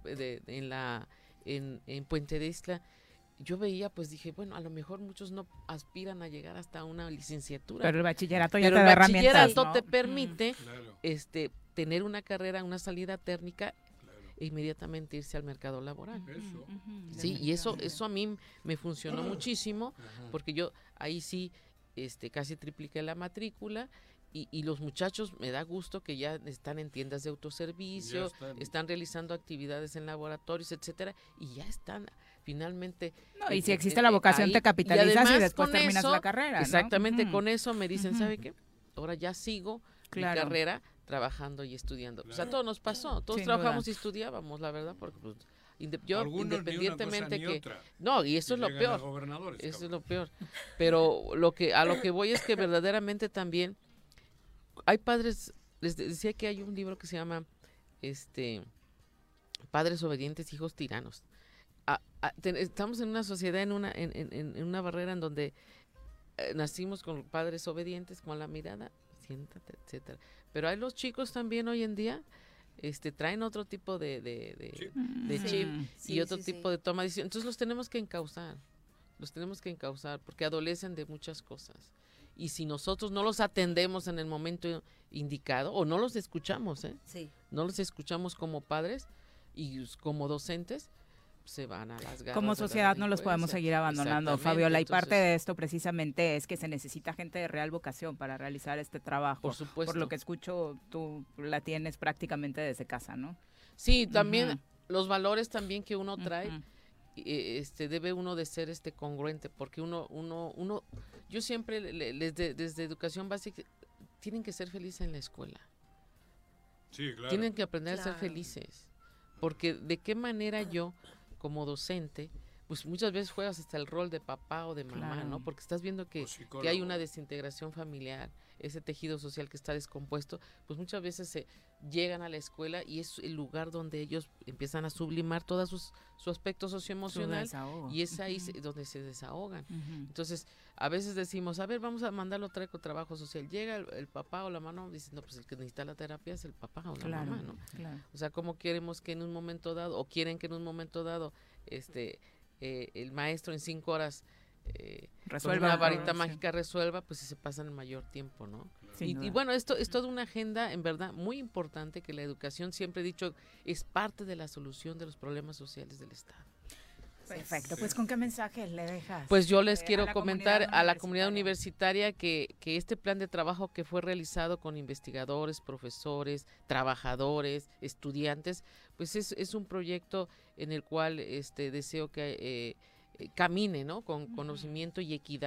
en Puente de Isla, yo veía, pues dije, bueno, a lo mejor muchos no aspiran a llegar hasta una licenciatura. Pero el bachillerato ya te da herramientas, ¿no? El bachillerato te permite tener una carrera, una salida técnica e inmediatamente irse al mercado laboral. Sí, y eso a mí me funcionó muchísimo, porque yo ahí sí casi tripliqué la matrícula. Y los muchachos, me da gusto que ya están en tiendas de autoservicio, están realizando actividades en laboratorios, etcétera, y ya están finalmente... No, y si existe la vocación, te capitalizas y después terminas la carrera, ¿no? Exactamente, con eso me dicen, ¿sabe qué? Ahora ya sigo mi carrera trabajando y estudiando. O sea, todo nos pasó, todos trabajamos y estudiábamos, la verdad, porque pues, yo algunos independientemente ni una cosa, ni que otra. No, y eso es lo peor. Eso es lo peor. Pero a lo que voy es que verdaderamente también hay padres, les decía que hay un libro que se llama Padres obedientes, hijos tiranos. Estamos en una sociedad, en una barrera en donde nacimos con padres obedientes, con la mirada, siéntate, etcétera. Pero hay los chicos también hoy en día, traen otro tipo de chip y otro tipo de toma de decisión. Entonces los tenemos que encauzar, porque adolecen de muchas cosas. Y si nosotros no los atendemos en el momento indicado, o no los escuchamos, no los escuchamos como padres y como docentes, se van a las garras. Como sociedad no los podemos seguir abandonando, Fabiola, y parte de esto precisamente es que se necesita gente de real vocación para realizar este trabajo. Por supuesto. Por lo que escucho, tú la tienes prácticamente desde casa, ¿no? Sí, también los valores también que uno trae, debe uno de ser congruente, porque uno yo siempre desde educación básica tienen que ser felices en la escuela. Sí, claro. Tienen que aprender a ser felices, porque de qué manera yo como docente, pues muchas veces juegas hasta el rol de papá o de mamá, ¿no? Porque estás viendo que hay una desintegración familiar, ese tejido social que está descompuesto, pues muchas veces se llegan a la escuela y es el lugar donde ellos empiezan a sublimar todo su aspecto socioemocional, y es ahí donde se desahogan. Entonces, a veces decimos, a ver, vamos a mandarlo a con trabajo social. Llega el papá o la mamá, dicen, no, pues el que necesita la terapia es el papá o la mamá, ¿no? O sea, ¿cómo queremos que en un momento dado, o quieren que en un momento dado, el maestro en 5 horas con una varita mágica resuelva, pues si se pasan el mayor tiempo, ¿no? Y bueno, esto es toda una agenda, en verdad, muy importante, que la educación, siempre he dicho, es parte de la solución de los problemas sociales del Estado. Perfecto, pues ¿con qué mensaje le dejas? Pues yo les quiero comentar a la comunidad universitaria que este plan de trabajo que fue realizado con investigadores, profesores, trabajadores, estudiantes, pues es un proyecto en el cual deseo que camine, ¿no? Con conocimiento y equidad,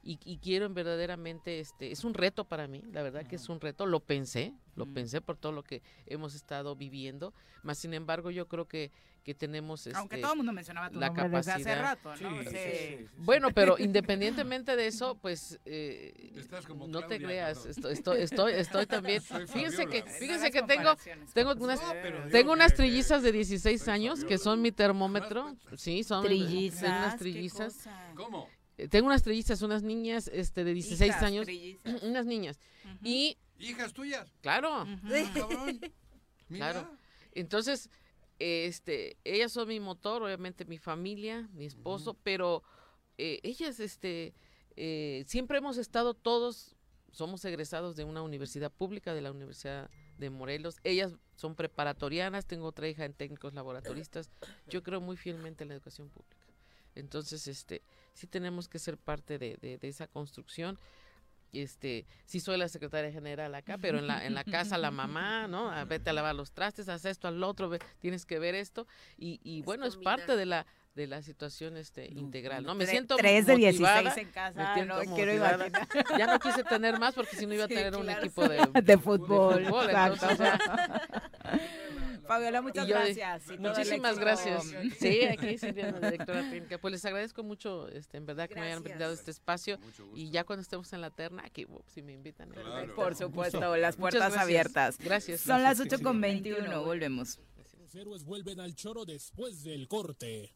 y quiero verdaderamente, es un reto para mí, la verdad que es un reto, lo pensé por todo lo que hemos estado viviendo, más sin embargo yo creo que tenemos aunque todo el mundo mencionaba tu la nombre capacidad desde hace rato, ¿no? Sí. Bueno, pero independientemente de eso, pues no te creas, estoy también. Fíjense que tengo unas trillizas de 16 años que son mi termómetro. Sí, son unas trillizas. ¿Cómo? Tengo unas trillizas, unas niñas de 16 años, unas niñas. Y ¿hijas tuyas? Claro. Cabrón. Claro. Entonces, ellas son mi motor, obviamente mi familia, mi esposo, pero ellas, siempre hemos estado todos, somos egresados de una universidad pública, de la Universidad de Morelos. Ellas son preparatorianas, tengo otra hija en técnicos laboratoristas. Yo creo muy fielmente en la educación pública. Entonces, sí tenemos que ser parte de esa construcción. Sí soy la secretaria general acá, pero en la casa la mamá, ¿no? Vete a lavar los trastes, haz esto, al otro, tienes que ver esto. Y bueno, es parte de la situación integral, ¿no? Me siento 3 de motivada, 16 en casa, no quiero imaginar. Ya no quise tener más porque si no iba a tener un equipo de fútbol. Entonces, Fabiola, muchas gracias. Muchísimas gracias. Sí, aquí Silvia, la directora técnica. Pues les agradezco mucho, en verdad, que me hayan brindado este espacio. Y ya cuando estemos en la terna, aquí, si me invitan. Claro. Por supuesto, las puertas abiertas. Gracias. Son las 8:21, volvemos. Los héroes vuelven al choro después del corte.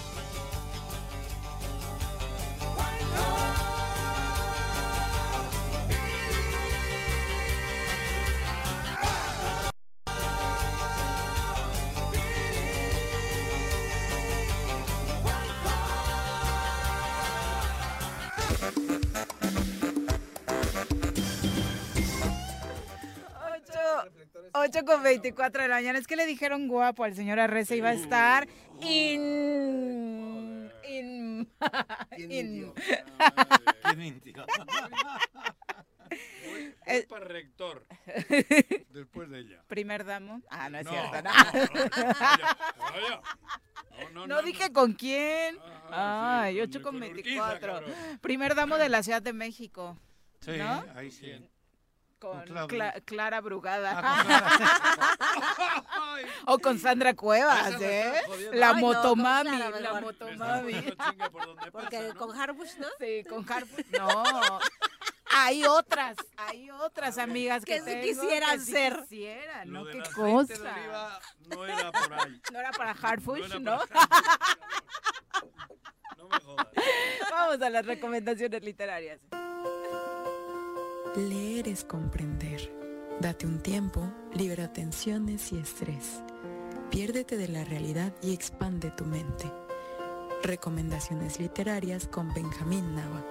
Ocho con 24 de la mañana. Es que le dijeron guapo al señor Arreza, iba a estar ¿Quién mintió? Para rector. Después de ella. Primer damo. No es No, cierto. No dije con quién. Ay, 8 con 24. Urquiza, Primer damo de la Ciudad de México. Sí, ¿no? ahí sí. Con Claudia. Clara Brugada. O con Sandra Cuevas, La motomami. La motomami. Porque con Harbush, ¿no? Sí, con Harbush. No. Hay otras amigas que sí quisieran que sí ser. Quisieran, Lo ¿no? de Qué la cosa. aceite de oliva no era por ahí. No era para Harbush, No ¿no? era para No me jodas. Vamos a las recomendaciones literarias. Leer es comprender. Date un tiempo, libera tensiones y estrés. Piérdete de la realidad y expande tu mente. Recomendaciones literarias con Benjamín Nava.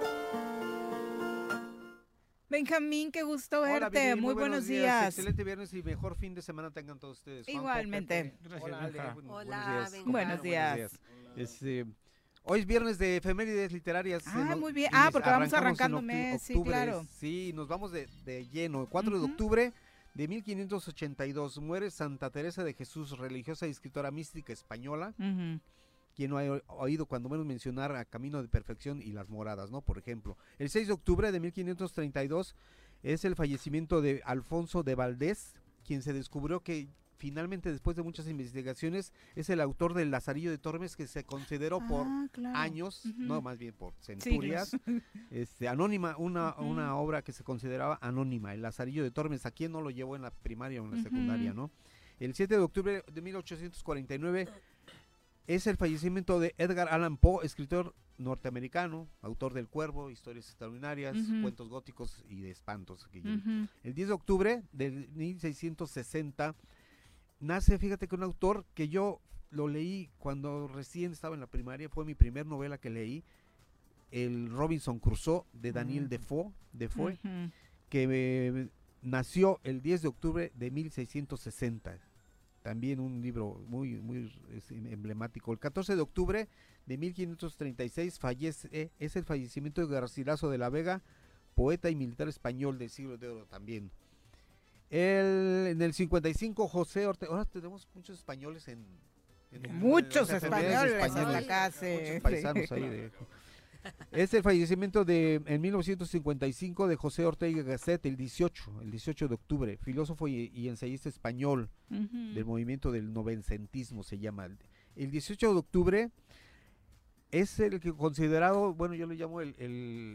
Benjamín, qué gusto Hola, verte. Vivi, muy buenos días. Excelente viernes y mejor fin de semana tengan todos ustedes. Igualmente. Gracias. Hola, Benja. Hola, buenos días. Hoy es viernes de efemérides literarias. Muy bien. Porque vamos arrancando mes, sí, claro. Sí, nos vamos de lleno. 4 de octubre de 1582 muere Santa Teresa de Jesús, religiosa y escritora mística española. Quien no ha oído cuando menos mencionar a Camino de Perfección y Las Moradas, ¿no? Por ejemplo. El 6 de octubre de 1532 es el fallecimiento de Alfonso de Valdés, quien se descubrió que finalmente, después de muchas investigaciones, es el autor del Lazarillo de Tormes, que se consideró por años, no, más bien por centurias, anónima, una obra que se consideraba anónima, el Lazarillo de Tormes. ¿A quién no lo llevó en la primaria o en la secundaria, no? El 7 de octubre de 1849 es el fallecimiento de Edgar Allan Poe, escritor norteamericano, autor del Cuervo, historias extraordinarias, cuentos góticos y de espantos. El 10 de octubre de 1660 nace, fíjate, que un autor que yo lo leí cuando recién estaba en la primaria, fue mi primer novela que leí, el Robinson Crusoe de Daniel Defoe, que nació el 10 de octubre de 1660. También un libro muy emblemático. El 14 de octubre de 1536 fallece, es el fallecimiento de Garcilaso de la Vega, poeta y militar español del siglo de oro también. En el 55, José Ortega. Ahora tenemos muchos españoles muchos españoles en la casa. Muchos paisanos ahí. Es el fallecimiento en 1955 de José Ortega Gasset, el 18 de octubre, filósofo y ensayista español del movimiento del novencentismo se llama. El 18 de octubre es el que considerado, bueno, yo lo llamo el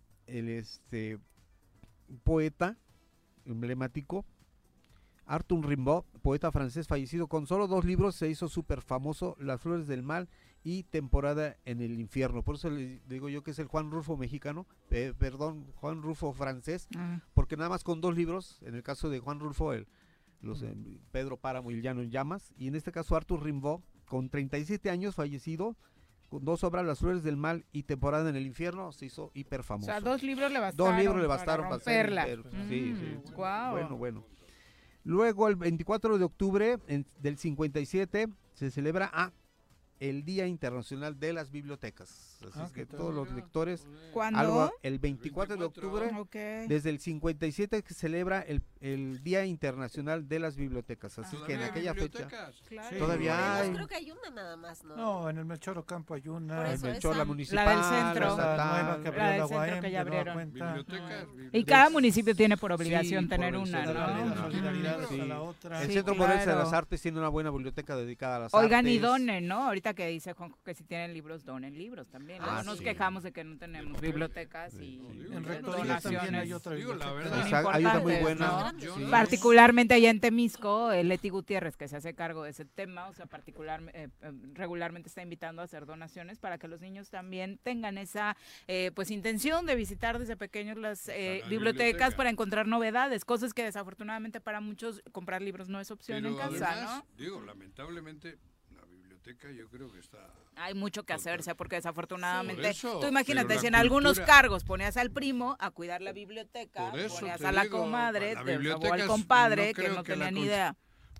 poeta emblemático, Arthur Rimbaud, poeta francés fallecido. Con solo 2 libros se hizo súper famoso, Las flores del mal y Temporada en el infierno. Por eso le digo yo que es el Juan Rulfo mexicano, Juan Rulfo francés, porque nada más con 2 libros, en el caso de Juan Rulfo, Pedro Páramo y el Llano en Llamas, y en este caso Arthur Rimbaud, con 37 años fallecido, con 2 obras, Las flores del mal y Temporada en el infierno, se hizo hiper famoso. O sea, 2 libros le bastaron, para romperla. Sí. Wow. Bueno. Luego, el 24 de octubre del 57, se celebra el Día Internacional de las Bibliotecas. Así es que todos los lectores... ¿Cuándo? El 24 de octubre, desde el 57 que celebra el Día Internacional de las Bibliotecas. Así que en aquella fecha... Claro. Todavía hay... Creo que hay una nada más, ¿no? No, en el Melchor Ocampo hay una. La municipal, la del centro. La nueva que abrió la UAM, que ya abrieron. Bibliotecas. Y cada municipio tiene por obligación tener una, ¿no? El Centro Morelense de las Artes tiene una buena biblioteca dedicada a las artes. Oigan, y donen, ¿no? Ahorita que dice Juanjo que si tienen libros, donen libros también. Nos quejamos de que no tenemos bibliotecas y en Rectoría también hay otra biblioteca. Hay una muy buena. ¿no? Particularmente allá en Temisco, Leti Gutiérrez, que se hace cargo de ese tema, o sea, regularmente está invitando a hacer donaciones para que los niños también tengan esa intención de visitar desde pequeños las bibliotecas para encontrar novedades, cosas que desafortunadamente para muchos comprar libros no es opción en casa, además, ¿no? Lamentablemente la biblioteca yo creo que está... Hay mucho que hacerse porque desafortunadamente, eso, tú imagínate, si en algunos cargos ponías al primo a cuidar la biblioteca, ponías a la comadre, o al compadre que no tenía ni idea.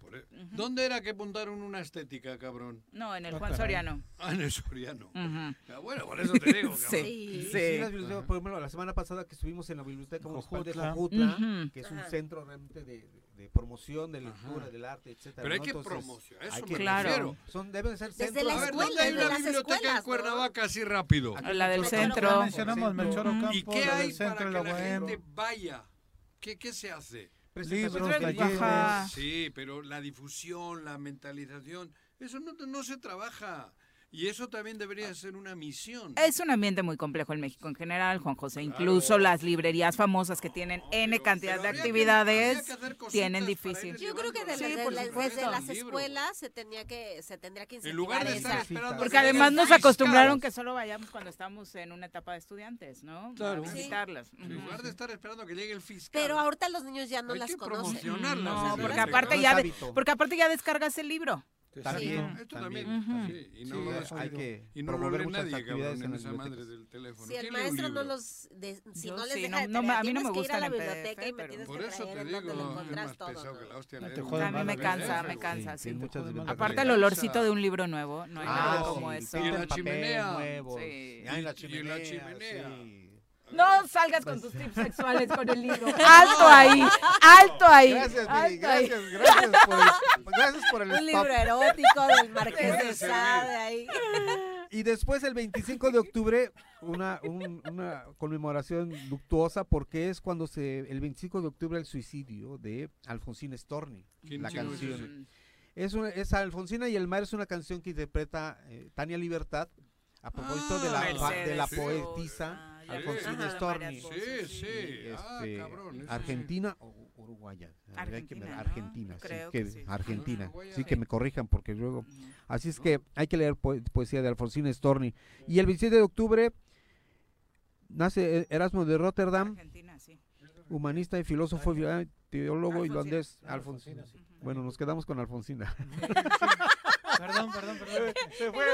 ¿Dónde era que apuntaron una estética, cabrón? No, en el Juan Soriano. En el Soriano. Bueno, por eso te digo, cabrón. Sí, las bibliotecas, por ejemplo, la semana pasada que estuvimos en la biblioteca municipal de Jojutla, que es un centro realmente de promoción de lectura, del arte, etcétera. Pero hay que promocionar, eso me refiero. Deben ser centros. Desde la escuela, ¿dónde hay una biblioteca en Cuernavaca así rápido? La del centro. Mencionamos Melchor Ocampo, ¿Y qué hay para que la UAM. gente vaya? ¿Qué se hace? Libros, talleres. Sí, pero la difusión, la mentalización, eso no se trabaja. Y eso también debería ser una misión. Es un ambiente muy complejo en México en general, Juan José. Incluso las librerías famosas que tienen N cantidad de actividades tienen difícil. Yo creo que desde las escuelas se tendría que incentivar en lugar de estar esperando. Porque además nos acostumbraron que solo vayamos cuando estamos en una etapa de estudiantes, ¿no? Claro. A visitarlas. En lugar de estar esperando que llegue el fiscal. Pero ahorita los niños ya no las conocen. No, porque aparte ya descargas el libro. También, esto también. Y no hay que promover muchas actividades en esa madre del teléfono. Si el maestro no les deja a mí no me gusta la biblioteca y me tienes que traer en donde lo encontrás todo. A mí me cansa, sí. Aparte el olorcito de un libro nuevo, no hay nada como eso. Y en la chimenea. En la chimenea. No salgas con tus tips sexuales con el libro. Alto ahí. Gracias, Miri, gracias por el Un stop. libro erótico del Marqués de Sade ahí. Y después el 25 de octubre, una conmemoración luctuosa porque es cuando el 25 de octubre el suicidio de Alfonsina Storni, la canción. Es Alfonsina y el mar es una canción que interpreta Tania Libertad a propósito de la poetisa Alfonsina Storni. Cabrón, Argentina o uruguaya. Argentina, Creo sí, que sí. Argentina. Sí, que me corrijan porque luego. Así es que hay que leer poesía de Alfonsina Storni. Y el 27 de octubre nace Erasmo de Rotterdam, humanista y filósofo, teólogo irlandés. Alfonsina. Bueno, nos quedamos con Alfonsina. Perdón. Se fue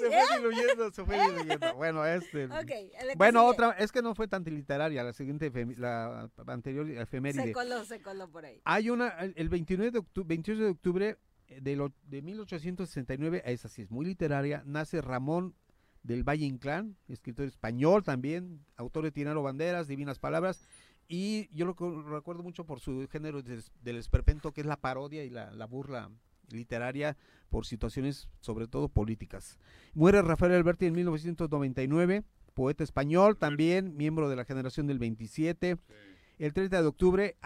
diluyendo. Bueno, otra, es que no fue tan literaria, la anterior efeméride. Se coló por ahí. Hay el 28 de octubre de 1869, esa sí es muy literaria, nace Ramón del Valle Inclán, escritor español también, autor de Tirano Banderas, Divinas Palabras, y yo lo recuerdo mucho por su género del esperpento, que es la parodia y la burla literaria por situaciones sobre todo políticas. Muere Rafael Alberti en 1999, poeta español, también miembro de la generación del 27. El 30 de octubre,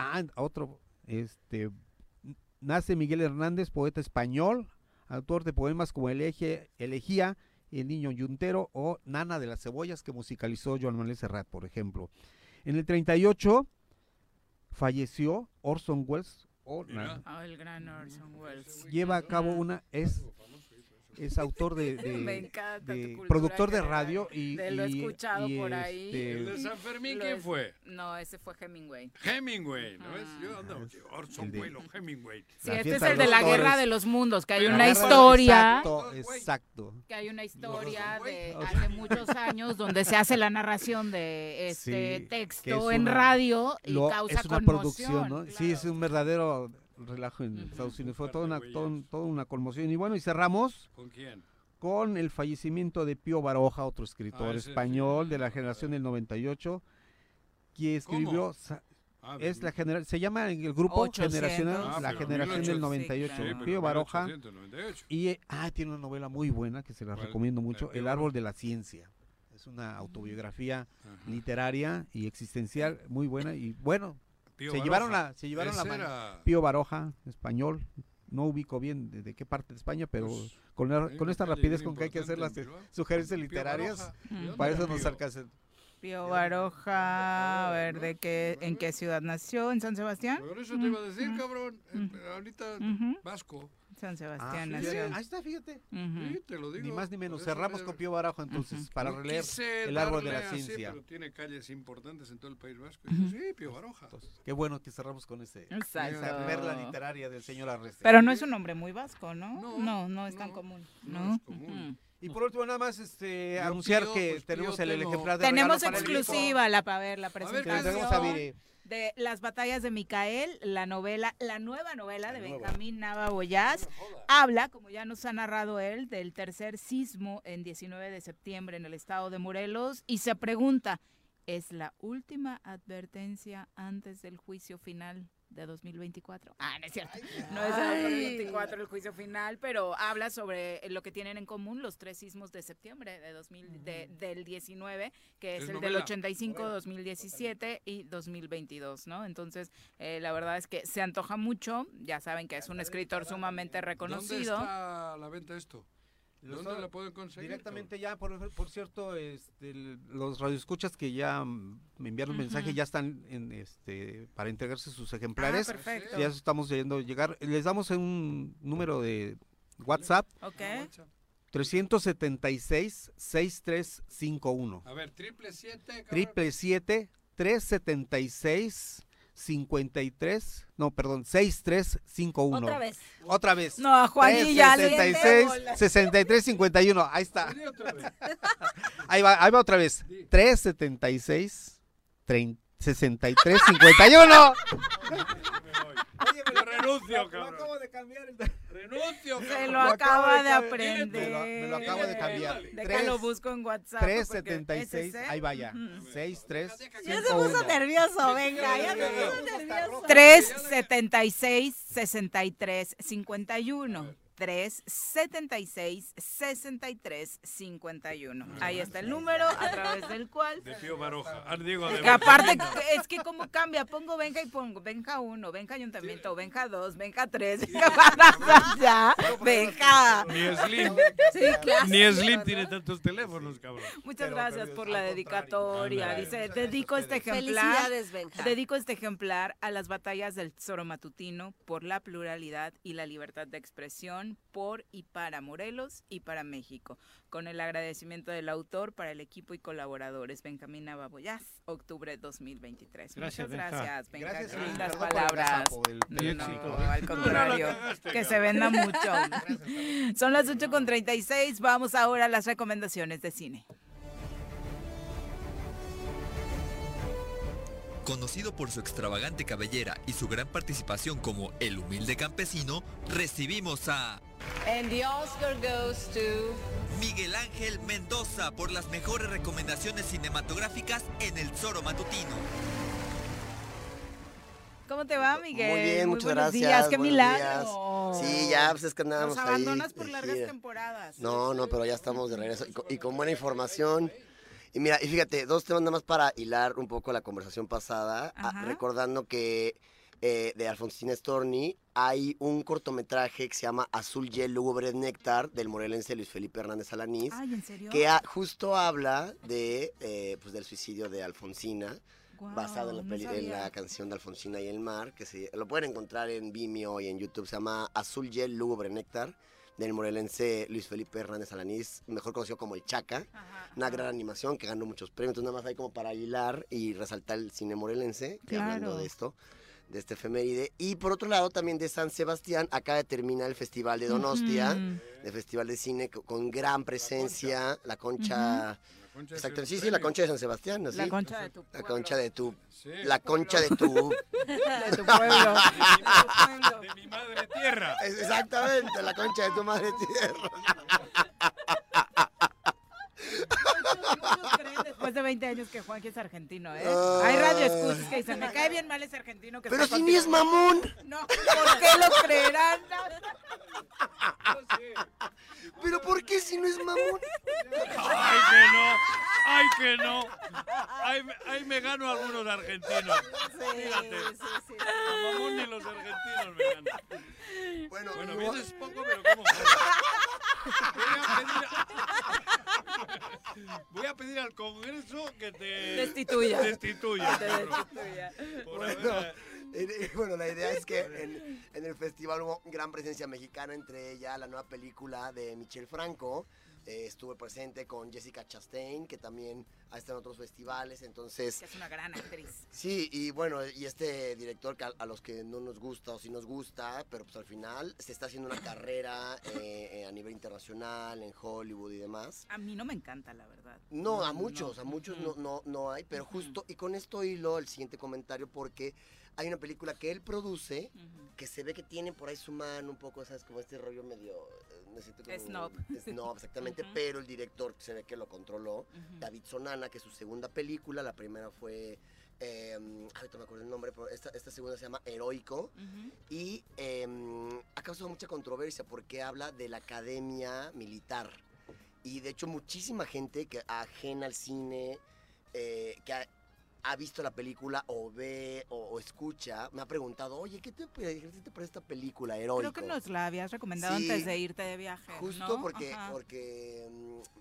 nace Miguel Hernández, poeta español, autor de poemas como Elegía, El Niño Yuntero o Nana de las Cebollas, que musicalizó Joan Manuel Serrat, por ejemplo. En el 38 falleció Orson Welles. El gran Orson Welles. Lleva a cabo es autor de productor de radio y lo he escuchado por ahí. ¿El de San Fermín quién fue? No, ese fue Hemingway. Hemingway, ¿no es? Orson Welles o Hemingway. Sí, este es el de la Guerra de los Mundos, que hay una historia. Exacto. Que hay una historia de hace muchos años donde se hace la narración de este texto en radio y causa conmoción. Producción, ¿no? Claro. Sí, es un verdadero relajo en Estados Unidos, fue toda una conmoción. Y bueno, y cerramos. ¿Con quién? Con el fallecimiento de Pío Baroja, otro escritor español de la generación del 98, que escribió, se llama el grupo 800, generacional, la generación del 98, sí, claro. Pío Baroja, 1898. y tiene una novela muy buena que se la recomiendo mucho, El Árbol de la Ciencia. Es una autobiografía literaria y existencial muy buena, y bueno, se llevaron la mano. Pío Baroja, español, no ubico bien de qué parte de España, pero con esta rapidez con que hay que hacer las sugerencias literarias, para eso nos alcanza. Pío Baroja, a ver, ¿en qué ciudad nació? ¿En San Sebastián? Por eso te iba a decir, cabrón, ahorita Vasco. San Sebastián nació. Ahí está, fíjate. Sí, te lo digo. Ni más ni menos. Cerramos con Pío Baroja entonces, para releer El Árbol de la Ciencia. Pero tiene calles importantes en todo el País Vasco. Sí, Pío Baroja. Entonces, qué bueno que cerramos con esa perla literaria del señor Arreste. Pero no es un nombre muy vasco, ¿no? No es tan común. No es común. Y por último, nada más anunciar que tenemos el ejemplar de tenemos exclusiva para la presentación. Tenemos a Vire. De Las Batallas de Micael, la nueva novela de Benjamín Nava Boyás, habla, como ya nos ha narrado él, del tercer sismo en 19 de septiembre en el estado de Morelos y se pregunta, ¿es la última advertencia antes del juicio final de 2024? No es cierto, no es el 2024 el juicio final, pero habla sobre lo que tienen en común los tres sismos de septiembre del 19, que es el del 85, 2017 y 2022, ¿no? Entonces, la verdad es que se antoja mucho, ya saben que es un escritor sumamente reconocido. ¿Dónde está a la venta esto? ¿Dónde la pueden conseguir? Directamente ya, por cierto, los radioescuchas que ya me enviaron mensaje ya están para entregarse sus ejemplares. Perfecto. Ya estamos llegar. Les damos un número de WhatsApp. Ok. 376-6351. A ver, 6351. Otra vez. No, a Juan ya le 6351. Ahí está. Ahí va otra vez. 376-6351. Oye, me renuncio, cabrón. Lo acabo de cambiar. Renuncio, se lo acaba de aprender. Me lo acabo de cambiar. Déjalo busco en WhatsApp. 376, ahí vaya. 63. Ya se puso nervioso, venga, ya se puso nervioso. 376-6351. 376-6351. Ahí está el número a través del cual. De Pío Baroja. Que aparte, es que como cambia, pongo Benja y pongo Benja 1, Benja Ayuntamiento, Benja 2, Benja 3, ya, Benja. Ni Slim. Sí, claro. Ni Slim tiene tantos teléfonos, cabrón. Muchas gracias por la dedicatoria. Dice, dedico este ejemplar. Felicidades, Benja. Dedico este ejemplar a las batallas del Tesoro Matutino por la pluralidad y la libertad de expresión por y para Morelos y para México, con el agradecimiento del autor para el equipo y colaboradores. Benjamín Nava Boyás, octubre 2023. Gracias, Muchas gracias, Benja. Gracias, lindas por palabras. No, al contrario, que se venda mucho. Son las 8:36, vamos ahora a las recomendaciones de cine. Conocido por su extravagante cabellera y su gran participación como el humilde campesino, recibimos a... And the Oscar goes to... Miguel Ángel Mendoza por las mejores recomendaciones cinematográficas en El Tesoro Matutino. ¿Cómo te va, Miguel? Muy bien, muchas gracias. Días. ¡Qué milagro! Días. Sí, ya, pues es que andábamos ahí. Nos abandonas por largas temporadas. No, pero ya estamos de regreso y con buena información. Y mira, y fíjate, 2 temas nada más para hilar un poco la conversación pasada, recordando que de Alfonsina Storni hay un cortometraje que se llama Azul Hiel Lúgubre Néctar del morelense Luis Felipe Hernández Alanís. Ay, ¿en serio? Que justo habla de pues del suicidio de Alfonsina. Wow, basado en la canción de Alfonsina y el mar, que lo pueden encontrar en Vimeo y en YouTube. Se llama Azul Hiel Lúgubre Néctar del morelense Luis Felipe Hernández Alanís, mejor conocido como El Chaca. Una gran animación que ganó muchos premios. Entonces nada más hay como para hilar y resaltar el cine morelense, que hablando de esto, de este efeméride. Y por otro lado también de San Sebastián, acaba de terminar el Festival de Donostia, el Festival de Cine con gran presencia, la Concha... Exacto, sí, la Concha de San Sebastián, ¿no? La Concha de tu pueblo. La Concha de tu... Sí. La Concha de tu... de tu pueblo. De mi madre tierra. Exactamente, la Concha de tu madre tierra. Después de 20 años que Juanqui es argentino, ¿eh? Hay radioescuchas que dicen, me cae bien mal ese argentino que pero si ni es mamón. No, ¿por qué lo creerán? No sé. ¿Pero por qué si no es mamón? ¡Ay, que no! ¡Ay, que no! Ahí me gano a algunos argentinos. Fíjate. Sí. A mamón ni los argentinos me ganan. Bueno, vienes poco, pero ¿cómo? Voy a pedir al Congreso que te destituya. Bueno, la idea es que en el festival hubo gran presencia mexicana, entre ella la nueva película de Michel Franco. Estuve presente con Jessica Chastain, que también ha estado en otros festivales, entonces... Es una gran actriz. Sí, y bueno, y este director que a los que no nos gusta o sí nos gusta, pero pues al final se está haciendo una carrera a nivel internacional, en Hollywood y demás. A mí no me encanta, la verdad. No, a muchos no hay, pero justo, y con esto hilo el siguiente comentario, porque hay una película que él produce, que se ve que tiene por ahí su mano un poco, ¿sabes? Como este rollo medio... Snob. Snob, exactamente, pero el director se ve que lo controló, David Sonana, que es su segunda película, la primera fue... ahorita me acuerdo el nombre, pero esta segunda se llama Heroico, y ha causado mucha controversia porque habla de la academia militar, y de hecho muchísima gente que ajena al cine, que ha visto la película o ve o escucha, me ha preguntado, oye, ¿qué te parece esta película, Heroico? Creo que nos la habías recomendado antes de irte de viaje, justo, ¿no? porque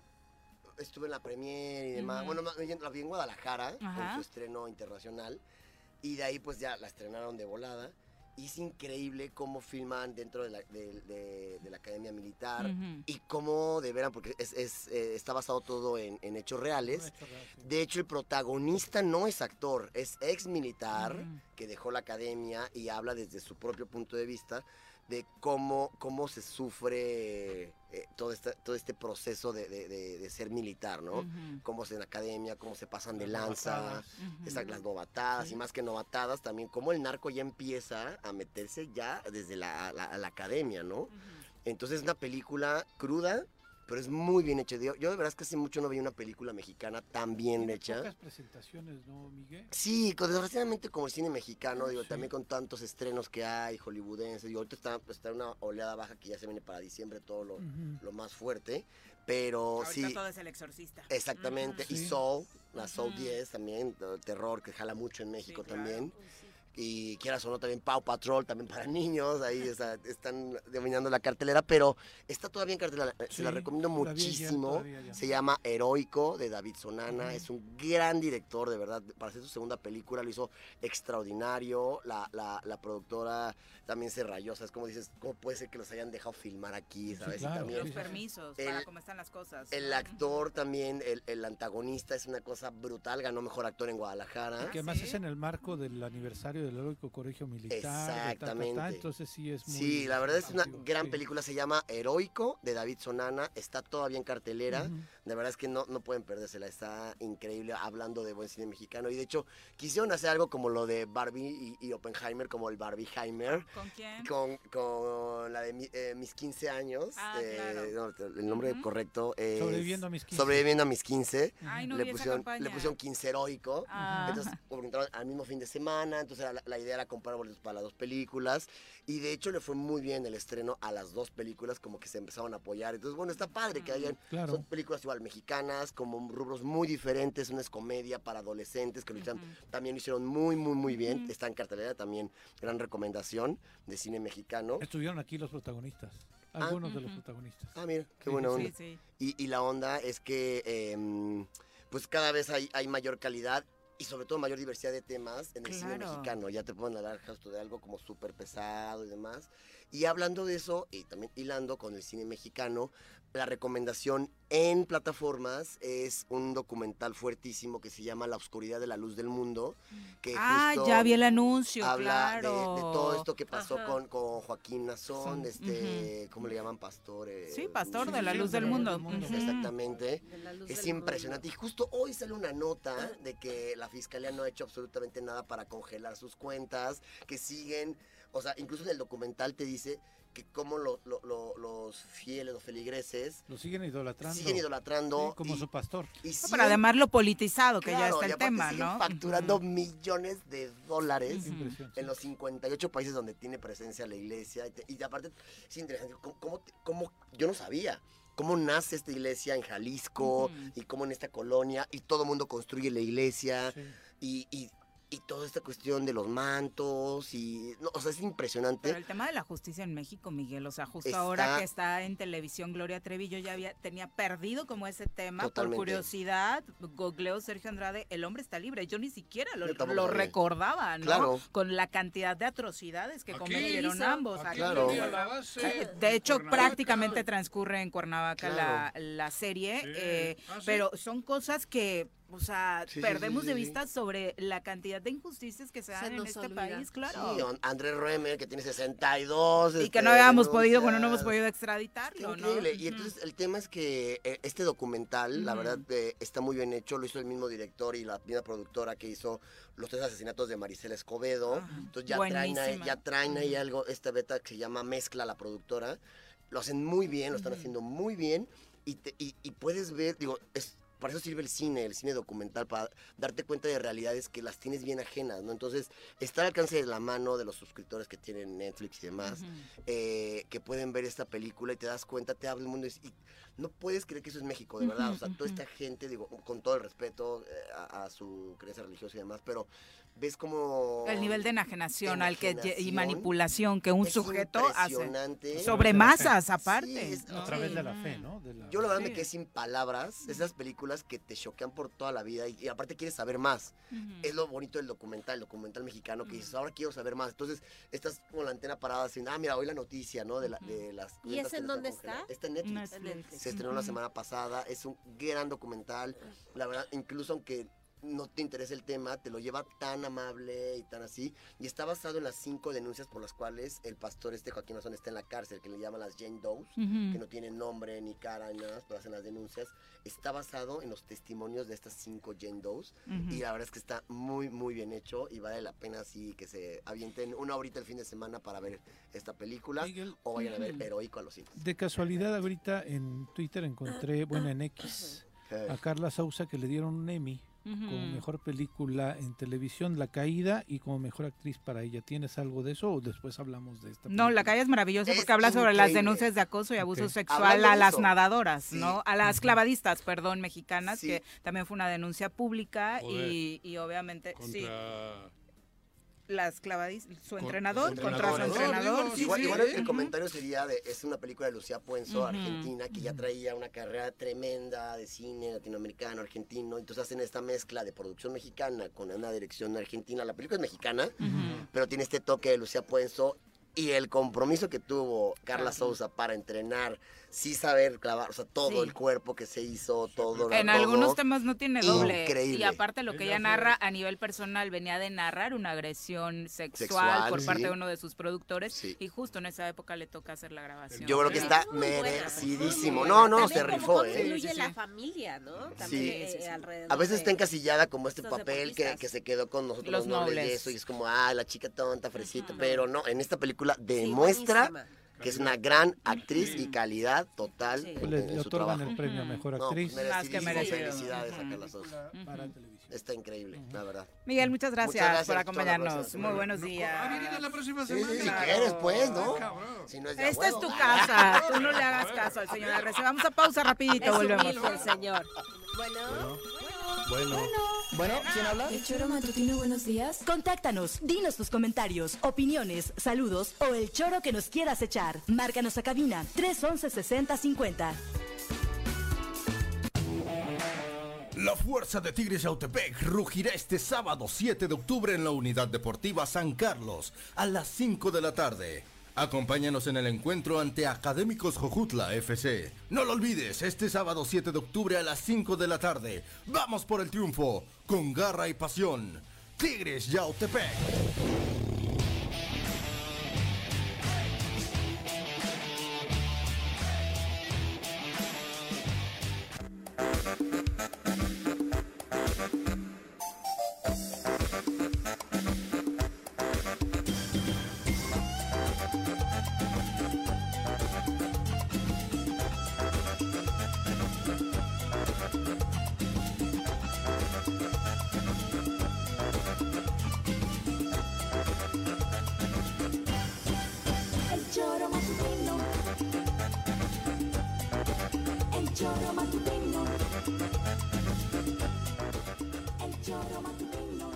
estuve en la premiere y demás. Bueno, la vi en Guadalajara, en su estreno internacional, y de ahí pues ya la estrenaron de volada. Y es increíble cómo filman dentro de la Academia Militar y cómo de veras, porque está basado todo en hechos reales. De hecho, el protagonista no es actor, es ex militar que dejó la academia y habla desde su propio punto de vista de cómo se sufre todo este proceso de ser militar, ¿no? Cómo es en la academia, cómo se pasan de lanza, las novatadas, y más que novatadas, también cómo el narco ya empieza a meterse ya desde la academia, ¿no? Entonces es una película cruda, pero es muy bien hecha. Yo de verdad es que hace mucho no veía una película mexicana tan bien hecha. Pocas presentaciones, ¿no, Miguel? Sí, desgraciadamente como el cine mexicano, también con tantos estrenos que hay, hollywoodenses, y ahorita está una oleada baja que ya se viene para diciembre, todo lo más fuerte, pero ahorita sí. Todo es El Exorcista. Exactamente, y Soul, la Soul 10 también, terror que jala mucho en México también. Y quieras o no, también Paw Patrol, también para niños, ahí están dominando la cartelera, pero está todavía en cartelera, se la recomiendo muchísimo, se llama Heroico, de David Sonana, es un gran director, de verdad, para hacer su segunda película lo hizo extraordinario, la productora también se rayó, ¿sabes? Como dices, ¿cómo puede ser que los hayan dejado filmar aquí, ¿sabes? Sí, claro. Y también los permisos, para cómo están las cosas. El actor también, el antagonista es una cosa brutal, ganó mejor actor en Guadalajara. Y que además es en el marco del aniversario del Heroico Colegio Militar. Exactamente. Entonces sí es muy... Sí, la verdad es una gran película, se llama Heroico, de David Sonana, está todavía en cartelera, de verdad es que no pueden perdérsela, está increíble, hablando de buen cine mexicano, y de hecho quisieron hacer algo como lo de Barbie y Oppenheimer, como el Barbieheimer. ¿Con quién? Con la de mis 15 años, claro. No, el nombre correcto es... Sobreviviendo a mis 15. Sobreviviendo a mis 15. Ay, no le pusieron 15 heroico, entonces al mismo fin de semana, entonces la idea era comprar boletos para las 2 películas, y de hecho le fue muy bien el estreno a las 2 películas, como que se empezaron a apoyar. Entonces, bueno, está padre que hayan, son películas igual mexicanas, como rubros muy diferentes, una es comedia para adolescentes, que también lo hicieron muy bien, está en cartelera también, gran recomendación de cine mexicano. Estuvieron aquí los protagonistas. Algunos de los protagonistas. Mira, qué buena onda. Y la onda es que pues cada vez hay mayor calidad y sobre todo mayor diversidad de temas en el cine mexicano. Ya te pueden hablar justo de algo como súper pesado y demás. Y hablando de eso, y también hilando con el cine mexicano, la recomendación en plataformas es un documental fuertísimo que se llama La oscuridad de la luz del mundo. Que justo ya vi el anuncio, habla de todo esto que pasó con Joaquín Nazón, ¿cómo le llaman? Pastor. Sí, Pastor de la luz del mundo. Exactamente. Es impresionante. Y justo hoy sale una nota de que la fiscalía no ha hecho absolutamente nada para congelar sus cuentas, que siguen, o sea, incluso en el documental te dice que como los fieles, los feligreses lo siguen idolatrando. Sí, como su pastor. Pero además lo politizado que ya está el tema, ¿no? Facturando millones de dólares en los 58 países donde tiene presencia la iglesia. Y aparte, es interesante, ¿cómo yo no sabía cómo nace esta iglesia en Jalisco y cómo en esta colonia, y todo el mundo construye la iglesia, y toda esta cuestión de los mantos, o sea, es impresionante. Pero el tema de la justicia en México, Miguel, o sea, justo ahora que está en televisión Gloria Trevi, yo ya tenía perdido como ese tema. Totalmente. Por curiosidad, googleo Sergio Andrade, el hombre está libre, yo ni siquiera lo recordaba, ¿no? Claro. Con la cantidad de atrocidades que cometieron ambos. Claro. De hecho, prácticamente transcurre en Cuernavaca la serie, pero son cosas que, o sea, perdemos de vista sobre la cantidad de injusticias que se dan en este país, claro. Sí, Andrés Roemer, que tiene 62. Y que no habíamos podido, no hemos podido extraditarlo, increíble. ¿No? Y entonces el tema es que este documental, la verdad, está muy bien hecho. Lo hizo el mismo director y la misma productora que hizo los 3 asesinatos de Maricela Escobedo. Entonces ya traen ahí algo, esta beta que se llama Mezcla, la productora. Lo hacen muy bien, lo están haciendo muy bien. Y puedes ver, para eso sirve el cine documental, para darte cuenta de realidades que las tienes bien ajenas, ¿no? Entonces, está al alcance de la mano de los suscriptores que tienen Netflix y demás, que pueden ver esta película y te das cuenta, te habla el mundo y no puedes creer que eso es México, de verdad. O sea, toda esta gente, con todo el respeto a su creencia religiosa y demás, pero ves como el nivel de enajenación y manipulación que un sujeto hace sobre sí, masas aparte, sí, ¿no? A través de la fe, ¿no? Yo la verdad me quedé sin palabras. Esas películas que te choquean por toda la vida y aparte quieres saber más. Es lo bonito del documental, el documental mexicano, que dices, ahora quiero saber más. Entonces estás con la antena parada así, mira, hoy la noticia, ¿no? De las ¿Y ese en dónde está? Está en Netflix. Se estrenó la semana pasada. Es un gran documental. La verdad, incluso aunque no te interesa el tema, te lo lleva tan amable y tan así, y está basado en las 5 denuncias por las cuales el pastor Joaquín Nazón está en la cárcel, que le llaman las Jane Does, que no tienen nombre ni cara ni nada, pero hacen las denuncias. Está basado en los testimonios de estas 5 Jane Does, y la verdad es que está muy muy bien hecho y vale la pena así que se avienten una horita el fin de semana para ver esta película, Miguel, o vayan a ver Heroico a los cines. De casualidad ahorita en Twitter encontré, en X, a Carla Sousa, que le dieron un Emmy como mejor película en televisión, La Caída, y como mejor actriz para ella. ¿Tienes algo de eso o después hablamos de esta película? No, La Caída es maravillosa porque habla sobre las denuncias de acoso y abuso sexual a las nadadoras, ¿no? A las clavadistas, mexicanas, que también fue una denuncia pública y obviamente las clavadistas, su entrenador contra su entrenador. Igual el comentario sería es una película de Lucía Puenzo, argentina, que ya traía una carrera tremenda de cine latinoamericano, argentino, entonces hacen esta mezcla de producción mexicana con una dirección argentina. La película es mexicana, pero tiene este toque de Lucía Puenzo, y el compromiso que tuvo Carla Sousa para entrenar, sí saber clavar, o sea, todo el cuerpo que se hizo, todo. En algunos temas no tiene doble. Increíble. Y aparte lo que ella narra a nivel personal, venía de narrar una agresión sexual por parte de uno de sus productores, y justo en esa época le toca hacer la grabación. Yo creo que está merecidísimo. No, se rifó, Incluye la familia, ¿no? También, alrededor. A veces está encasillada como este papel que se quedó con nosotros los nobles y eso, y es como, la chica tonta, fresita, pero no, en esta película demuestra que es una gran actriz y calidad total en su trabajo. El premio a Mejor Actriz. Más que merecido. Felicidades a Carla Sousa. Está increíble, la verdad. Miguel, muchas gracias por acompañarnos. Muy buenos días. La próxima semana. Si quieres, pues, ¿no? Si no Esta es tu casa. Tú no le hagas caso al señor Arrece. Vamos a pausa rapidito, volvemos. El señor. Bueno, ¿quién habla? El Choro Matutino, buenos días. Contáctanos, dinos tus comentarios, opiniones, saludos o el choro que nos quieras echar. Márcanos a cabina 311-6050. La Fuerza de Tigres Yautepec rugirá este sábado 7 de octubre en la Unidad Deportiva San Carlos a las 5 de la tarde. Acompáñanos en el encuentro ante Académicos Jojutla FC. No lo olvides, este sábado 7 de octubre a las 5 de la tarde. Vamos por el triunfo, con garra y pasión. Tigres Yautepec. Choro matutino. El choro matutino.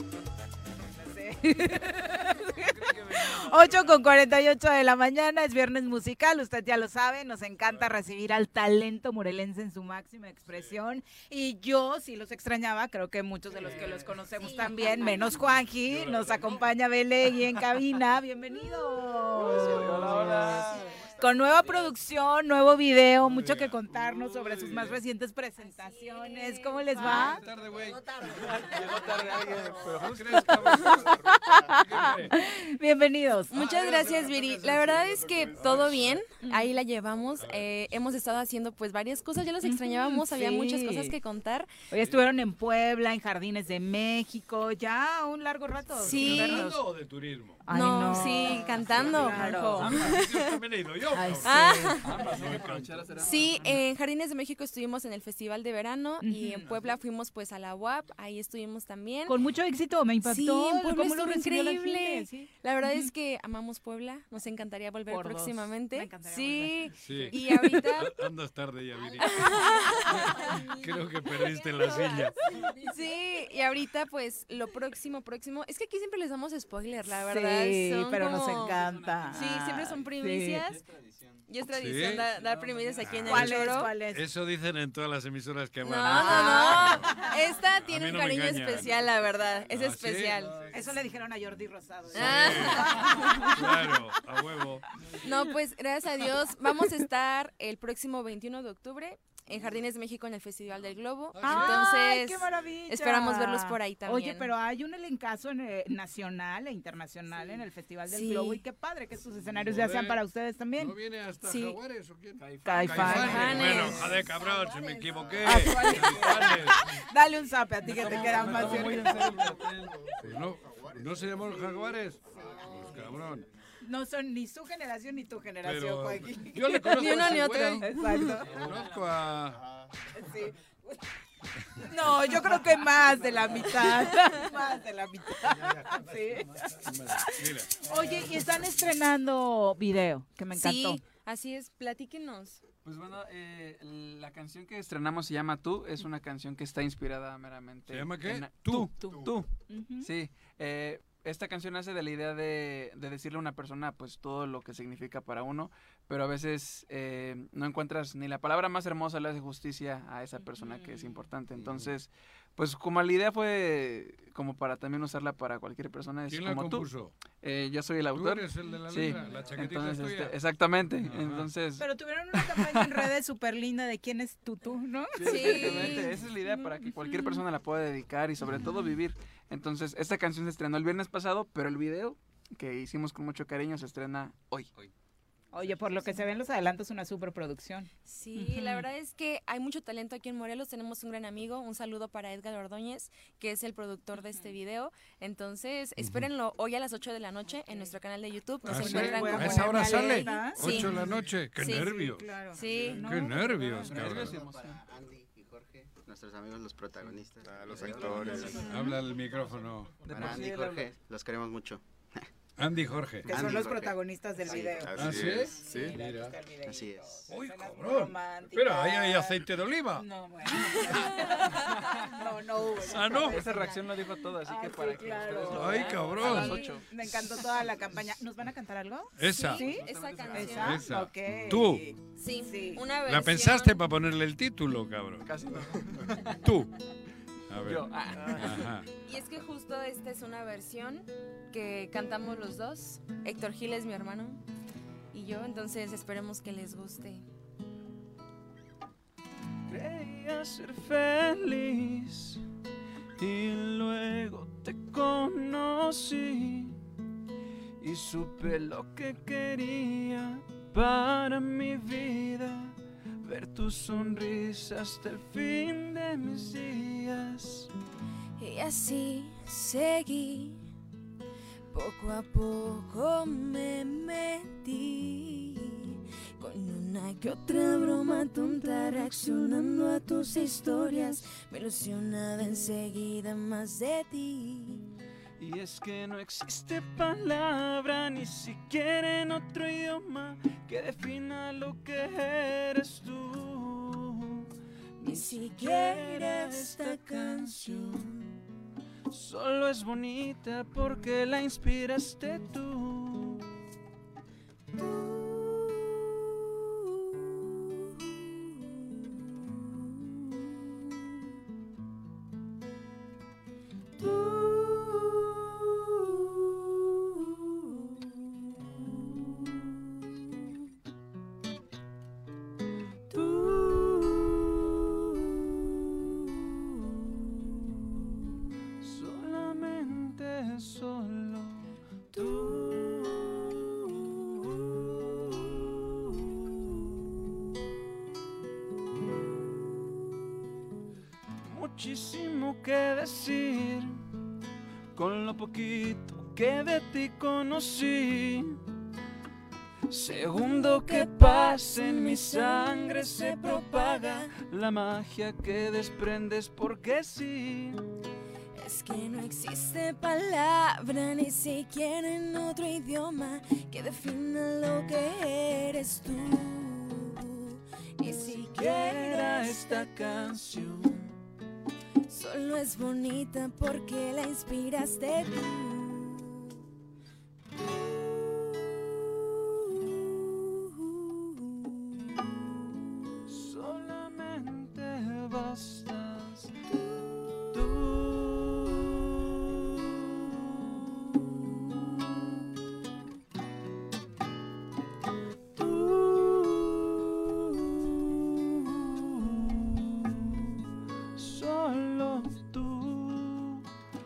8:48 de la mañana, es viernes musical, usted ya lo sabe, nos encanta recibir al talento morelense en su máxima expresión, y yo sí los extrañaba, creo que muchos de los que los conocemos también, menos Juanji, nos acompaña Belegui en cabina, bienvenidos. Hola. Con nueva producción, nuevo video, mucho que contarnos sobre sus más recientes presentaciones. ¿Cómo les va? Llegó tarde, güey. Llegó tarde alguien, pero ¿no crees, cabrón? Bienvenidos. Muchas gracias, Viri. La verdad es que todo bien, ahí la llevamos. Hemos estado haciendo pues varias cosas, ya los extrañábamos, había muchas cosas que contar. Hoy estuvieron en Puebla, en Jardines de México, ya un largo rato. Sí. ¿Cantando o de turismo? Ay, no, sí, cantando. Claro. También he ido yo. Sí, en Jardines de México estuvimos en el Festival de Verano y en Puebla fuimos pues a la UAP, ahí estuvimos también. Con mucho éxito, me impactó. Sí, en Puebla ¿Cómo lo recibió increíble. la gente? Sí. La verdad es que amamos Puebla, nos encantaría volver próximamente. Me encantaría sí. Sí, y ahorita... Andas tarde ya, Viri. Creo que perdiste la silla. Sí, y ahorita pues lo próximo, es que aquí siempre les damos spoiler, la verdad. Sí, son pero como... nos encanta. Sí, siempre son primicias. Sí. Y es tradición ¿Sí? dar primicias aquí en el Choro. ¿Cuál es? Eso dicen en todas las emisoras que van. No. Esta tiene un no cariño especial, la verdad. Es especial. ¿Sí? Eso le dijeron a Jordi Rosado. Sí. Claro, a huevo. No, pues gracias a Dios. Vamos a estar el próximo 21 de octubre en Jardines de México en el Festival del Globo. ¡Ay, qué maravilla! Esperamos verlos por ahí también. Oye, pero hay un elencazo nacional e internacional en el Festival del Globo, y qué padre que estos escenarios ya sean para ustedes también. ¿No viene hasta Jaguares o quién? Caifanes. Bueno, joder, cabrón, si me equivoqué. Dale un zape a ti que te queda más ¿No se llaman Jaguares? Pues cabrón. No son ni su generación ni tu generación, Joaquín. Yo le conozco ni uno ni otro. Exacto. Conozco a... Sí. No, yo creo que más de la mitad. Más de la mitad. Sí. Oye, y están estrenando video, que me encantó. Sí, así es, platíquenos. Pues bueno, la canción que estrenamos se llama Tú, es una canción que está inspirada meramente. ¿Se llama qué? Tú. Sí, esta canción nace de la idea de decirle a una persona pues todo lo que significa para uno, pero a veces no encuentras ni la palabra más hermosa le hace justicia a esa persona que es importante. Entonces, pues como la idea fue como para también usarla para cualquier persona. Es ¿Quién como la compuso? Yo soy el autor. Tú eres el de la letra, la chaquetita entonces, es tuya. Exactamente, entonces... Pero tuvieron una campaña en redes súper linda de quién es tú, ¿no? Sí, exactamente, esa es la idea para que cualquier persona la pueda dedicar y sobre todo vivir. Entonces, esta canción se estrenó el viernes pasado, pero el video que hicimos con mucho cariño se estrena hoy. Oye, por lo que se ven los adelantos, una superproducción. Sí, la verdad es que hay mucho talento aquí en Morelos. Tenemos un gran amigo. Un saludo para Edgar Ordóñez, que es el productor de este video. Entonces, espérenlo hoy a las 8 de la noche en nuestro canal de YouTube. Nos encuentran como ¿A esa hora sale? Sí. 8 de la noche. ¡Qué nervios! Claro. Sí. ¡Qué nervios! Para Andy y Jorge, nuestros amigos los protagonistas. Los actores. Habla el micrófono. Para Andy y Jorge, los queremos mucho. Andy y Jorge. Que son los protagonistas del video. ¿Así es? Sí, mira. Así es. ¡Uy, cabrón! Espera, ¿ahí hay aceite de oliva? No, bueno. no hubo. ¿Ah, no? Esa reacción lo dijo todo, así que para que ustedes lo ¡Ay, vean, cabrón! a las 8. Me encantó toda la campaña. ¿Nos van a cantar algo? Esa. ¿Sí? Esa canción. Esa. Okay. ¿Tú? Sí, una versión. ¿La pensaste para ponerle el título, cabrón? Casi no. ¿Tú? A ver. Yo. Ajá. Y es que justo esta es una versión que cantamos los dos. Héctor Gil es mi hermano y yo, entonces esperemos que les guste. Creía ser feliz y luego te conocí y supe lo que quería para mi vida. Ver tu sonrisa hasta el fin de mis días. Y así seguí, poco a poco me metí, con una que otra broma tonta, reaccionando a tus historias, me ilusionaba enseguida más de ti. Y es que no existe palabra, ni siquiera en otro idioma, que defina lo que eres tú. Ni siquiera esta canción solo es bonita porque la inspiraste tú. Solo tú. Muchísimo que decir con lo poquito que de ti conocí. Segundo que pasa en mi sangre se propaga la magia que desprendes porque sí. Es que no existe palabra, ni siquiera en otro idioma, que defina lo que eres tú. Ni siquiera esta canción solo es bonita porque la inspiraste tú. Solamente bastas solo tú,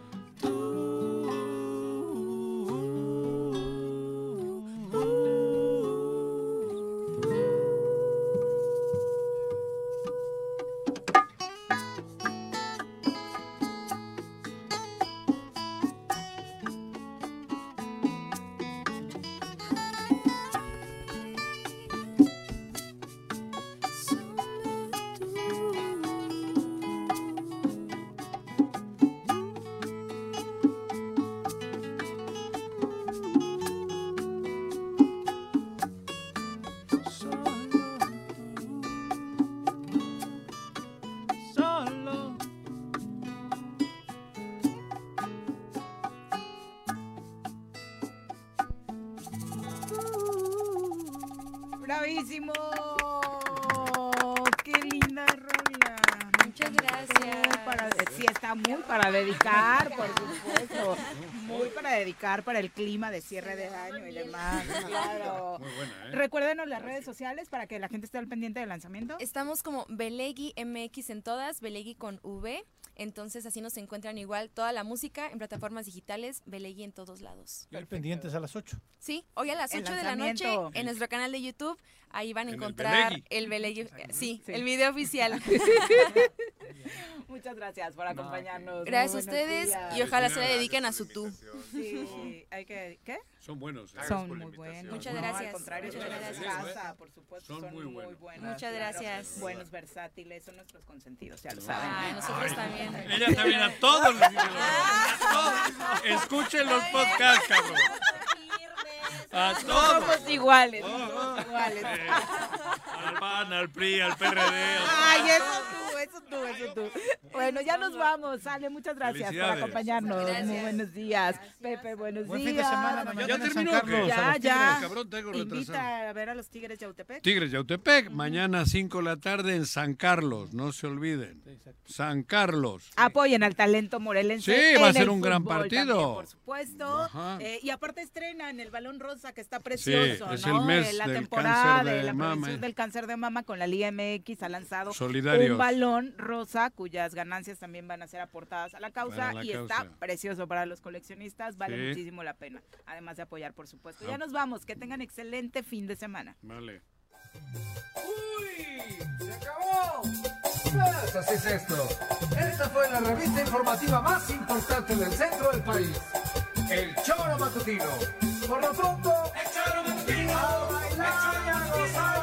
solo. ¡Bravísimo! ¡Qué linda rola! Muchas gracias. sí está muy para dedicar, por supuesto. Muy para dedicar para el clima de cierre de año y demás. Claro. Muy buena, ¿eh? Recuérdenos las redes sociales para que la gente esté al pendiente del lanzamiento. Estamos como Belegui MX en todas, Belegui con V. Entonces así nos encuentran igual toda la música en plataformas digitales, Belegui en todos lados. Y pendientes a las 8. Sí, hoy a las 8 de la noche en nuestro canal de YouTube. Ahí van a encontrar el Belegui. Sí, el video oficial. Muchas gracias por acompañarnos. Gracias a ustedes y ojalá se le dediquen a su tú. Sí, hay que... ¿Qué? Son buenos. Son muy buenos. Muchas gracias. Al contrario, muchas gracias. Casa, por supuesto, son muy buenos. Muchas gracias. Buenos, versátiles, son nuestros consentidos, ya lo saben. Ay, nosotros también. Ella también a todos les dice escuchen los podcasts, cabrón. A todos. Somos iguales. Al PAN, al PRI, al PRD. Ay, eso tú. Bueno, ya nos vamos. Ale, muchas gracias por acompañarnos. Gracias. Muy buenos días. Pepe, buenos días. Buen fin de semana. Mañana ya terminó. San Carlos, ya. Cabrón, tengo invita a ver a los Tigres Yautepec. Tigres Yautepec, mañana 5 de la tarde en San Carlos. No se olviden. San Carlos. Apoyen al talento morelense. Sí, va a ser un gran partido. También, por supuesto. Y aparte estrenan el Balón Rosa, que está precioso. Sí, es ¿no? el mes la del temporada cáncer de la mama. prevención del cáncer de mama con la Liga MX ha lanzado Solidarios. un balón rosa cuyas ganancias también van a ser aportadas a la causa está precioso para los coleccionistas, vale muchísimo la pena, además de apoyar, por supuesto. Ya nos vamos, que tengan excelente fin de semana. Vale. ¡Uy! ¡Se acabó! Pues así es esto. Esta fue la revista informativa más importante del centro del país. El Choro Matutino. Por lo pronto, el Choro Matutino. A bailar y a gozar.